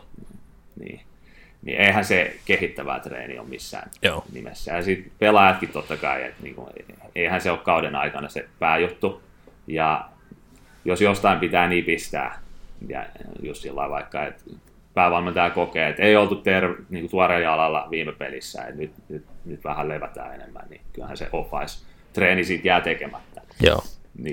Niin eihän se kehittävää treeni ole missään nimessä. Ja sitten pelaajatkin totta kai, että niin eihän se ole kauden aikana se pääjuttu. Ja jos jostain pitää nipistää, ja just sillä vaikka, että päävalmentaja kokee, että ei oltu niin tuoreen jalalla viime pelissä, että nyt vähän levätään enemmän, niin kyllähän se off-ice-treeni siitä jää tekemättä. Joo.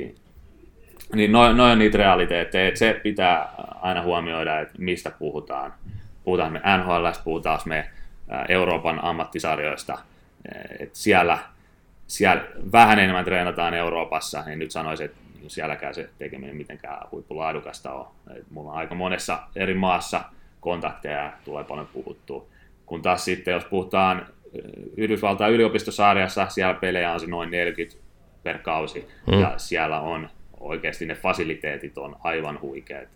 Niin noin on niitä realiteetteja, että se pitää aina huomioida, että mistä puhutaan. Puhutaan me NHL:stä, puhutaan me Euroopan ammattisarjoista, että siellä vähän enemmän treenataan Euroopassa, niin nyt sanoisin, että sielläkään se tekeminen mitenkään huippulaadukasta on. Mulla on aika monessa eri maassa kontakteja, tulee paljon puhuttua. Kun taas sitten, jos puhutaan Yhdysvaltain yliopistosarjassa, siellä pelejä on se noin 40 per kausi, ja siellä on oikeasti ne fasiliteetit on aivan huikeat,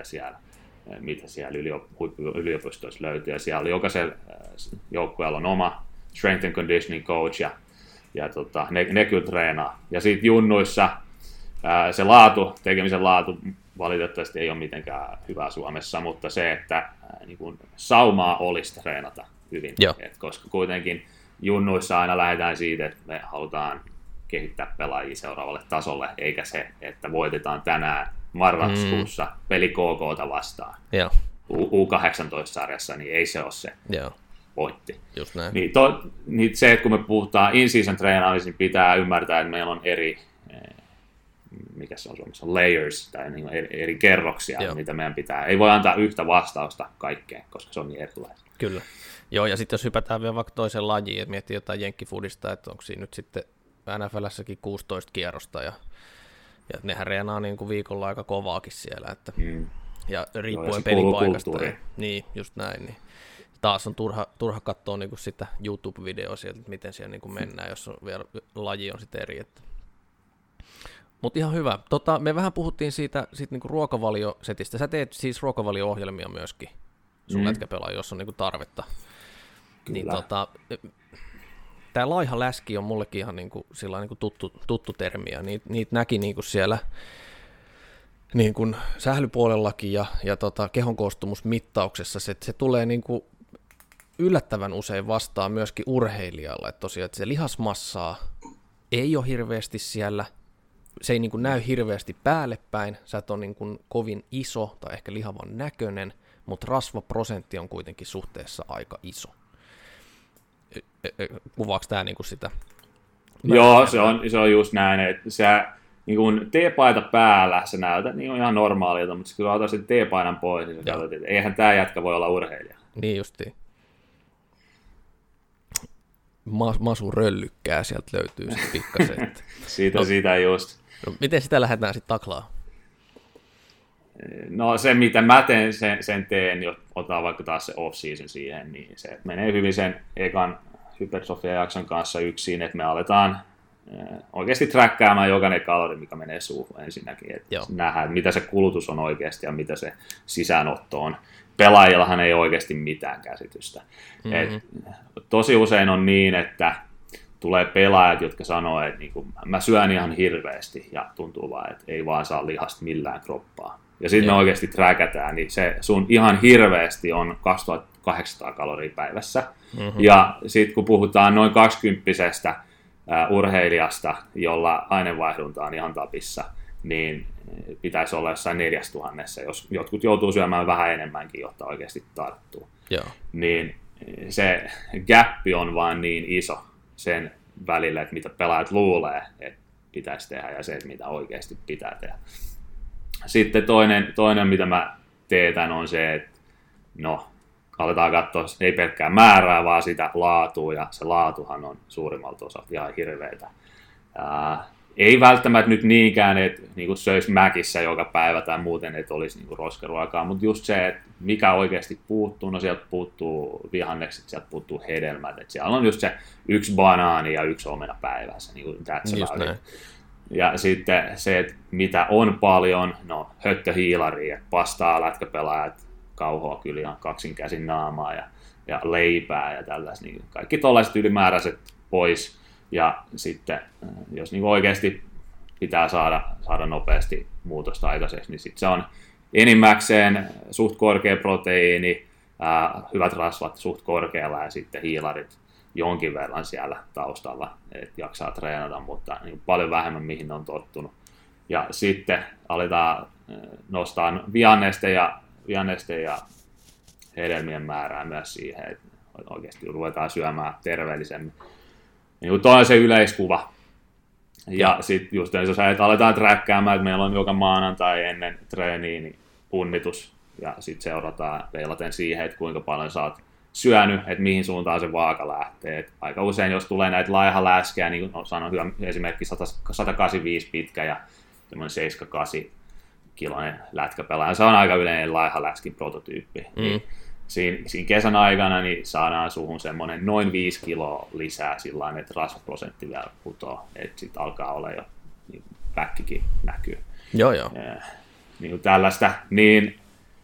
mitä siellä yliopistoissa löytyy. Ja siellä jokaisella joukkueella on oma strength and conditioning coach, ja ne kyllä treenaa. Ja sitten junnuissa se tekemisen laatu valitettavasti ei ole mitenkään hyvä Suomessa, mutta se, että niin kun saumaa olisi treenata hyvin. Koska kuitenkin junnuissa aina lähdetään siitä, että me halutaan kehittää pelaajia seuraavalle tasolle, eikä se, että voitetaan tänään marraskuussa peli KK:ta vastaan. U18-sarjassa, niin ei se ole se pointti. Just näin. Niin se, että kun me puhutaan in-season treenaamista, niin pitää ymmärtää, että meillä on eri mikä se on Suomessa, layers, tai niin eri kerroksia, mitä meidän pitää. Ei voi antaa yhtä vastausta kaikkeen, koska se on niin erilaista. Kyllä. Joo, ja sitten jos hypätään vielä vaikka toisen lajiin, että miettii jotain jenkkifoodista, että onko siinä nyt sitten NFL:ssäkin 16 kierrosta, ja nehän reenaa niin kuin viikolla aika kovaakin siellä, että, ja riippuen pelipaikasta. Niin, just näin. Niin. Taas on turha katsoa niin kuin sitä YouTube-videoa sieltä, että miten siellä niin kuin mennään, jos on vielä laji on sitten eri. Mutta ihan hyvä. Me vähän puhuttiin siitä niinku ruokavaliosetistä. Sä teet siis ruokavalio-ohjelmia myöskin sun lätkäpelaaja, jos on niinku tarvetta. Niin tämä laiha läski on mullekin ihan niinku, niinku tuttu termi, ja niitä näki niinku siellä niinku sählypuolellakin ja kehon koostumusmittauksessa. Se tulee niinku yllättävän usein vastaan myöskin urheilijalla, että tosiaan että se lihasmassaa ei ole hirveästi siellä, se ei niinku näy hirveästi päälle päin, sä et ole niinku kovin iso tai ehkä lihavan näköinen, mutta rasvaprosentti on kuitenkin suhteessa aika iso. Kuvaako tämä niinku sitä? Joo, se on just näin, että sä niin T-paita päällä sä näytät niin ihan normaalilta, mutta kun otat sen T-painan pois, niin sä katsot, että eihän tämä jätkä voi olla urheilija. Niin justiin. Masu röllykkää, sieltä löytyy se pikkasen. Siitä just. No, miten sitä lähdetään sitten taklaa? No se, mitä mä sen teen, jos otetaan vaikka taas se off-season siihen, niin se menee hyvin sen ekan hypertrofia-jakson kanssa yksin, että me aletaan oikeasti träkkäämään jokainen kalori, mikä menee suuhun ensinnäkin, että nähdään, mitä se kulutus on oikeasti ja mitä se sisäänotto on. Pelaajillahan ei oikeasti mitään käsitystä. Et tosi usein on niin, että tulee pelaajat, jotka sanoo, että niinku, mä syön ihan hirveästi ja tuntuu vaan, että ei vaan saa lihasta millään kroppaa. Ja sitten me oikeasti träkätään, niin se sun ihan hirveästi on 2800 kaloria päivässä. Ja sitten kun puhutaan noin 20-vuotiaasta urheilijasta, jolla aineenvaihdunta on ihan tapissa, niin pitäisi olla jossain 4000, jos jotkut joutuu syömään vähän enemmänkin, jotta oikeasti tarttuu. Joo. Niin se gappi on vaan niin iso sen välillä, että mitä pelaajat luulee, että pitäisi tehdä ja se, mitä oikeasti pitää tehdä. Sitten toinen mitä mä teetän, on se, että aletaan katsoa ei pelkkää määrää, vaan sitä laatua, ja se laatuhan on suurimmalta osalta ihan hirveätä. Ei välttämättä nyt niinkään, että niinku söisi mäkissä joka päivä tai muuten, että olisi niinku roskaruokaa, mutta just se, että mikä oikeasti puuttuu, no sieltä puuttuu vihannekset, sieltä puuttuu hedelmät, että siellä on just se 1 banaani ja 1 omena päivässä, niin kuin that's about it. Ja sitten se, että mitä on paljon, höttöhiilaria, pastaa lätkäpelaajat, kauhoa kyllä ihan kaksin käsin naamaa ja leipää ja tällaista, niin kaikki tollaiset ylimääräiset pois. Ja sitten, jos niin oikeasti pitää saada nopeasti muutosta aikaiseksi, niin sitten se on enimmäkseen suht korkea proteiini, hyvät rasvat suht korkealla ja sitten hiilarit jonkin verran siellä taustalla, että jaksaa treenata, mutta niin paljon vähemmän mihin ne on tottunut. Ja sitten aletaan nostaa vihannesten ja hedelmien määrää myös siihen, että oikeasti ruvetaan syömään terveellisemmin. Niin toi on se yleiskuva. Ja sitten just jos aletaan träkkäämään, että meillä on joka maanantai ennen treeniä niin punnitus, ja sitten seurataan peilaten siihen, että kuinka paljon sä oot syönyt, että mihin suuntaan se vaaka lähtee. Et aika usein, jos tulee näitä laihaläskejä, niin kuin sanoin hyvä esimerkki 185 pitkä ja 78 kiloinen lätkäpelaaja, se on aika yleinen laihaläskin prototyyppi. Niin siinä kesän aikana niin saadaan suhun semmoinen noin 5 kiloa lisää sillä että rasvaprosentti vielä putoo, että sitten alkaa olla jo niin päkkikin näkyy. Joo. Niin tällaista, niin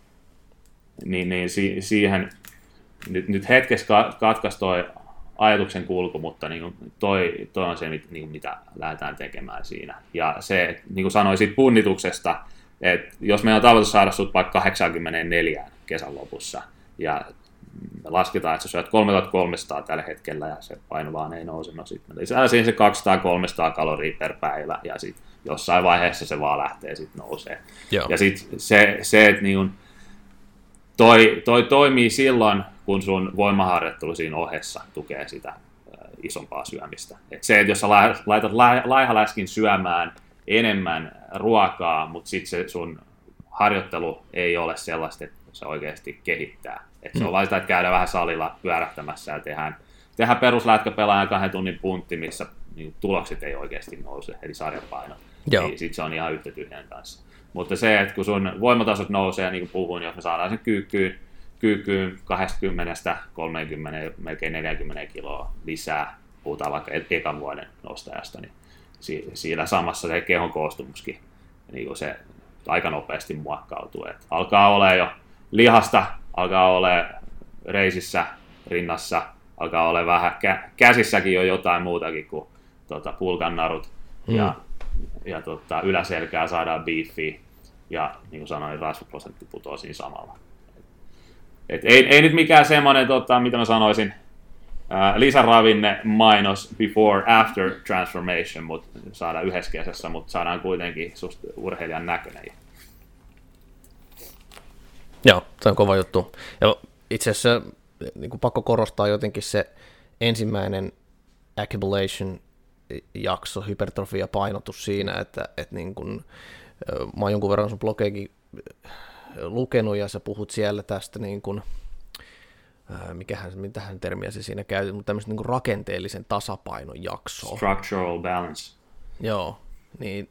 siihen nyt hetkessä katkaisi toi ajatuksen kulku, mutta niin toi on se, niin mitä lähdetään tekemään siinä. Ja se, niin kuin sanoin siitä punnituksesta, että jos meillä on tavoite saada sut vaikka 84 kesän lopussa, ja me lasketaan, että sä syöt 3300 tällä hetkellä, ja se paino vaan ei nouse, no sitten lisää siihen se 200-300 kaloria per päivä, ja sitten jossain vaiheessa se vaan lähtee sitten nousee. Joo. Ja sitten se että niin toi toimii silloin, kun sun voimaharjoittelu siinä ohessa tukee sitä isompaa syömistä. Et se, että jos sä laitat laihaläskin syömään enemmän ruokaa, mutta sitten se sun harjoittelu ei ole sellaista, että se oikeasti kehittää. Et se on vain sitä, että käydään vähän salilla pyörähtämässä ja tehdään peruslätkäpelaajan 2 tunnin puntti, missä niin tulokset ei oikeasti nouse, eli sarjapainot. Niin sitten se on ihan yhtä tyhjän kanssa. Mutta se, että kun sun voimatasot nousee, niin kuin puhuin, jos me saadaan sen kyykkyyn 20-30, melkein 40 kiloa lisää, puhutaan vaikka ekan vuoden nostajasta, niin siinä samassa se kehon koostumuskin niin se aika nopeasti muokkautuu. Et alkaa olla jo lihasta alkaa olla reisissä rinnassa, alkaa olla vähän käsissäkin jo jotain muutakin kuin pulkannarut ja yläselkää saadaan beefiä ja niin kuin sanoin, rasvaprosentti putoaa siinä samalla. Ei nyt mikään semmoinen, mitä mä sanoisin, lisäravinne mainos before after transformation, mutta saadaan yhdessä kesässä, mutta saadaan kuitenkin susta urheilijan näköinen. Joo, se on kova juttu. Ja itse asiassa niin kuin pakko korostaa jotenkin se ensimmäinen accumulation-jakso, hypertrofia painotus siinä, että niin kuin, mä oon jonkun verran sun blogeekin lukenut ja sä puhut siellä tästä niin kuin, mitähän termiä se siinä käytit, mutta tämmöisen niin kuin rakenteellisen tasapainon jaksoa. Structural balance. Joo, niin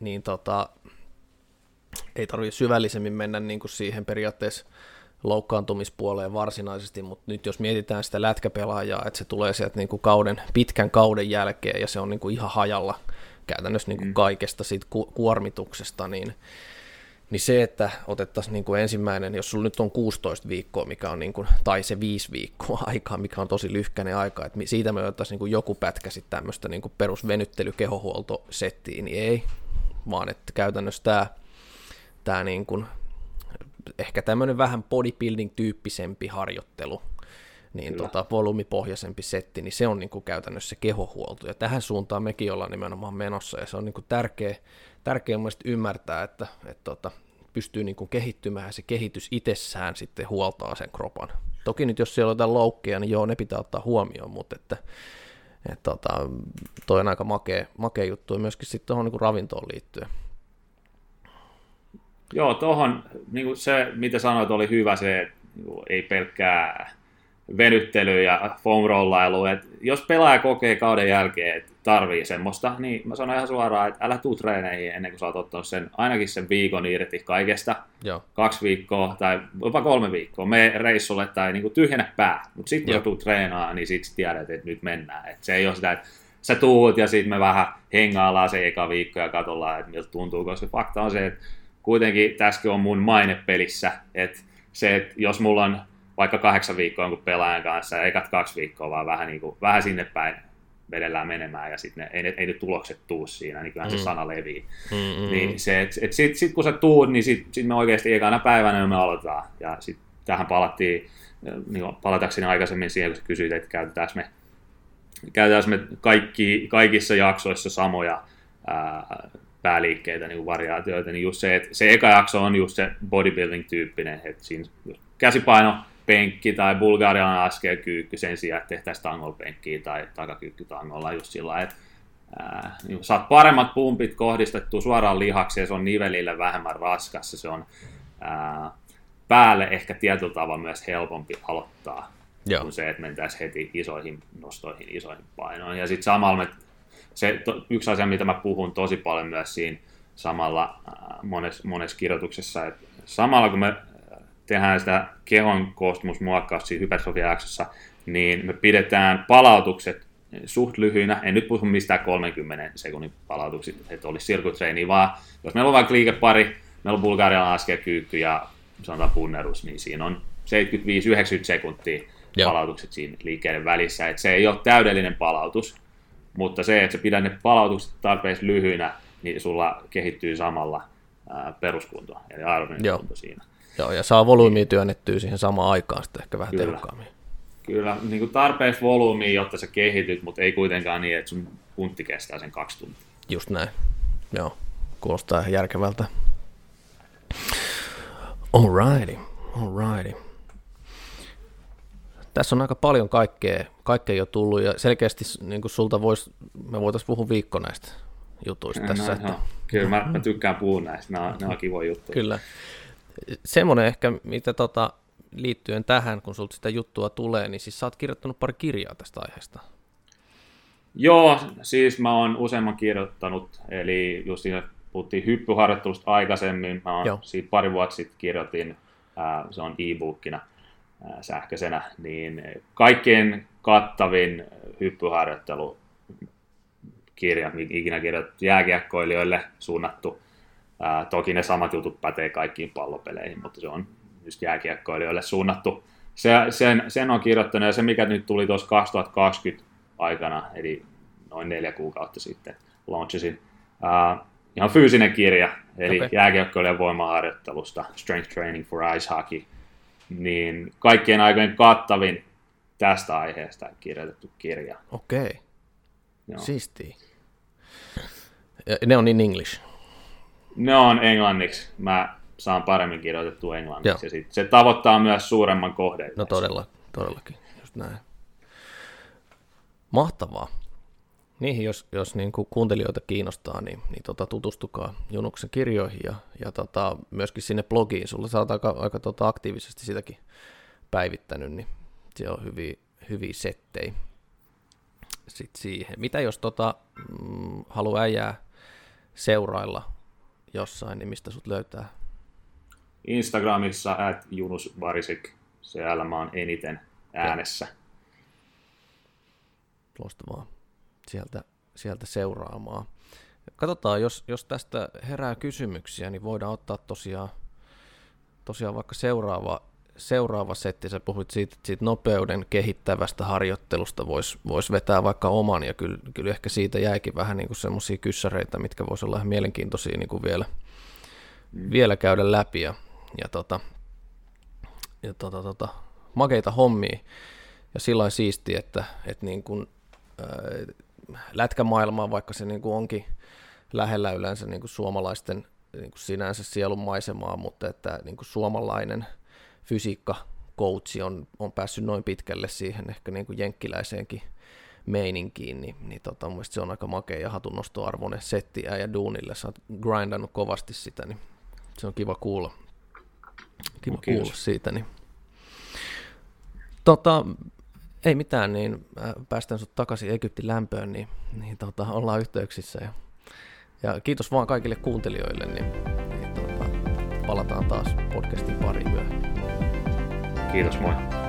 ei tarvitse syvällisemmin mennä niin kuin siihen periaatteessa loukkaantumispuoleen varsinaisesti, mutta nyt jos mietitään sitä lätkäpelaajaa, että se tulee sieltä niin kuin pitkän kauden jälkeen ja se on niin kuin ihan hajalla käytännössä niin kuin kaikesta siitä kuormituksesta, niin se, että otettaisiin niin kuin ensimmäinen, jos sulla nyt on 16 viikkoa, mikä on niin kuin, tai se 5 viikkoa aikaa, mikä on tosi lyhkäinen aika, että siitä me otettaisiin niin kuin joku pätkä sitten tämmöistä niin kuin perusvenyttely-kehohuoltosettiä, niin ei, vaan että käytännössä tämä niin kuin, ehkä tämmöinen vähän bodybuilding-tyyppisempi harjoittelu, niin volyymipohjaisempi setti, niin se on niin kuin käytännössä se kehohuolto, ja tähän suuntaan mekin ollaan nimenomaan menossa, ja se on niin kuin tärkeä mielestäni ymmärtää, että pystyy niin kuin kehittymään, ja se kehitys itsessään sitten huoltaa sen kropan. Toki nyt jos siellä on jotain loukkeja, niin joo, ne pitää ottaa huomioon, mutta toi on aika makea juttu, ja myöskin sitten tuohon niin kuin ravintoon liittyen. Joo, tuohon niin se, mitä sanoit, oli hyvä se, että niin ei pelkkää venyttely ja foam rollailu. Jos pelaaja kokee kauden jälkeen, että tarvii semmoista, niin mä sanon ihan suoraan, että älä tuu treeneihin ennen kuin sä oot ottanut ainakin sen viikon irti kaikesta. Joo. 2 viikkoa tai jopa 3 viikkoa. Mene reissulle tai niin tyhjennä pää. Mutta sitten kun tuu treenaa, niin sitten tiedät, että nyt mennään. Et se ei ole sitä, että sä tuut ja sitten me vähän hengaillaan se eka viikko ja katsotaan, että miltä tuntuu. Koska fakta on se, että kuitenkin tässäkin on mun maine pelissä. Että se, että jos mulla on vaikka 8 viikkoa jonkun pelaajan kanssa ja ekat 2 viikkoa vaan vähän sinne päin vedellään menemään ja sitten ei nyt tulokset tuu siinä, niin kyllähän se sana levii. Niin sitten kun sä tuut, niin sit me oikeasti ekana päivänä me aloitetaan. Ja sitten tähän palatakseni aikaisemmin siihen, kun sä kysyit, että käytetäänkö me kaikissa jaksoissa samoja pääliikkeitä, niin variaatioita, niin just se, että se eka jakso on just se bodybuilding-tyyppinen, että siinä käsipaino, penkki tai bulgarian askelkyykky sen sijaan, että tehtäisiin tangolpenkkiä tai takakyykkytangolla just sillä lailla, että niin saat paremmat pumpit kohdistettua suoraan lihaksi ja se on nivelille vähemmän raskas ja se on päälle ehkä tietyllä tavalla myös helpompi aloittaa kuin se, että mentäisiin heti isoihin nostoihin, isoihin painoihin. Ja sitten samalla yksi asia, mitä mä puhun tosi paljon myös siinä samalla monessa kirjoituksessa, että samalla kun me tehdään sitä kehon koostumusmuokkausta siinä hypertrofia-jaksossa, niin me pidetään palautukset suht lyhyinä. En nyt puhu mistään 30 sekunnin palautukset, että olisi sirkutreeni, vaan jos meillä on vaikka liikepari, meillä on bulgarian askelkyykky ja sanotaan punnerus, niin siinä on 75-90 sekuntia palautukset siinä liikkeiden välissä. Et se ei ole täydellinen palautus, mutta se, että sä pidät ne palautukset tarpeeksi lyhyinä, niin sulla kehittyy samalla peruskunto, eli aerobinen kunto siinä. Joo, ja saa volyymia työnnettyä siihen samaan aikaan sitten ehkä vähän tehokkaammin. Kyllä, niin kuin tarpeeksi volyymia, jotta sä kehityt, mutta ei kuitenkaan niin, että sun puntti kestää sen 2 tuntia. Just näin. Joo, kuulostaa ihan järkevältä. Alrighty. Tässä on aika paljon kaikkea jo tullut, ja selkeästi niin kuin sulta me voitaisiin puhua viikko näistä jutuista tässä. Kyllä, mä tykkään puhua näistä, ne on kivoja juttuja. Kyllä. Semmoinen ehkä, mitä liittyen tähän, kun sulta sitä juttua tulee, niin siis sä oot kirjoittanut pari kirjaa tästä aiheesta. Joo, siis mä oon useamman kirjoittanut, eli just siinä puhuttiin hyppyharjoittelusta aikaisemmin, mä oon siitä 2 vuotta sitten kirjoitin, se on e-bookina sähköisenä, niin kaikkein kattavin hyppyharjoittelukirja, ikinä kirjoitettu jääkiekkoilijoille suunnattu. Toki ne samat jutut pätee kaikkiin pallopeleihin, mutta se on just jääkiekkoilijoille suunnattu Sen on kirjoittanut, ja se mikä nyt tuli tuossa 2020 aikana, eli noin 4 kuukautta sitten launchasin, ihan fyysinen kirja, eli jääkiekkoilijan voimaharjoittelusta, Strength Training for Ice Hockey, niin kaikkien aikojen kattavin tästä aiheesta kirjoitettu kirja. Okei, siistiä. Ne on in English? Ne on englanniksi. Mä saan paremmin kirjoitettua englanniksi. Ja sit se tavoittaa myös suuremman kohden. No todellakin, just näin. Mahtavaa. Niihin, jos niin kuin kuuntelijoita kiinnostaa, niin tutustukaa Junuksen kirjoihin ja myöskin sinne blogiin. Sulla sä oot aika aktiivisesti sitäkin päivittänyt, niin siellä on hyviä settejä sit siihen. Mitä jos haluaa äijää seurailla jossain, niin mistä sut löytää? Instagramissa @junusbarisik. Siellä mä oon eniten äänessä. Loistavaa. Sieltä seuraamaan. Katsotaan, jos tästä herää kysymyksiä, niin voidaan ottaa tosiaan vaikka seuraava setti. Sä puhuit siitä nopeuden kehittävästä harjoittelusta, vois vetää vaikka oman, ja kyllä ehkä siitä jäikin vähän niin kuin semmoisia kyssäreitä, mitkä vois olla ihan mielenkiintoisia niin kuin vielä käydä läpi, ja makeita hommia, ja sillain siistiä, että niin kuin lätkämaailmaa, vaikka se niin kuin onkin lähellä yleensä niin kuin suomalaisten niin kuin sinänsä sielun maisemaa, mutta että niin kuin suomalainen fysiikka-coachi on päässyt noin pitkälle siihen ehkä niin kuin jenkkiläiseenkin meininkiin, niin mun mielestä se on aika makea ja hatunnostoarvoinen setti ja duunille. Sä oot grindannut kovasti sitä, niin se on kiva kuulla. Kuulla siitä. Niin. Ei mitään, niin päästään sut takaisin Egyptin lämpöön, niin ollaan yhteyksissä. Ja kiitos vaan kaikille kuuntelijoille, niin palataan taas podcastin pariin myöhemmin. Kiitos, moi.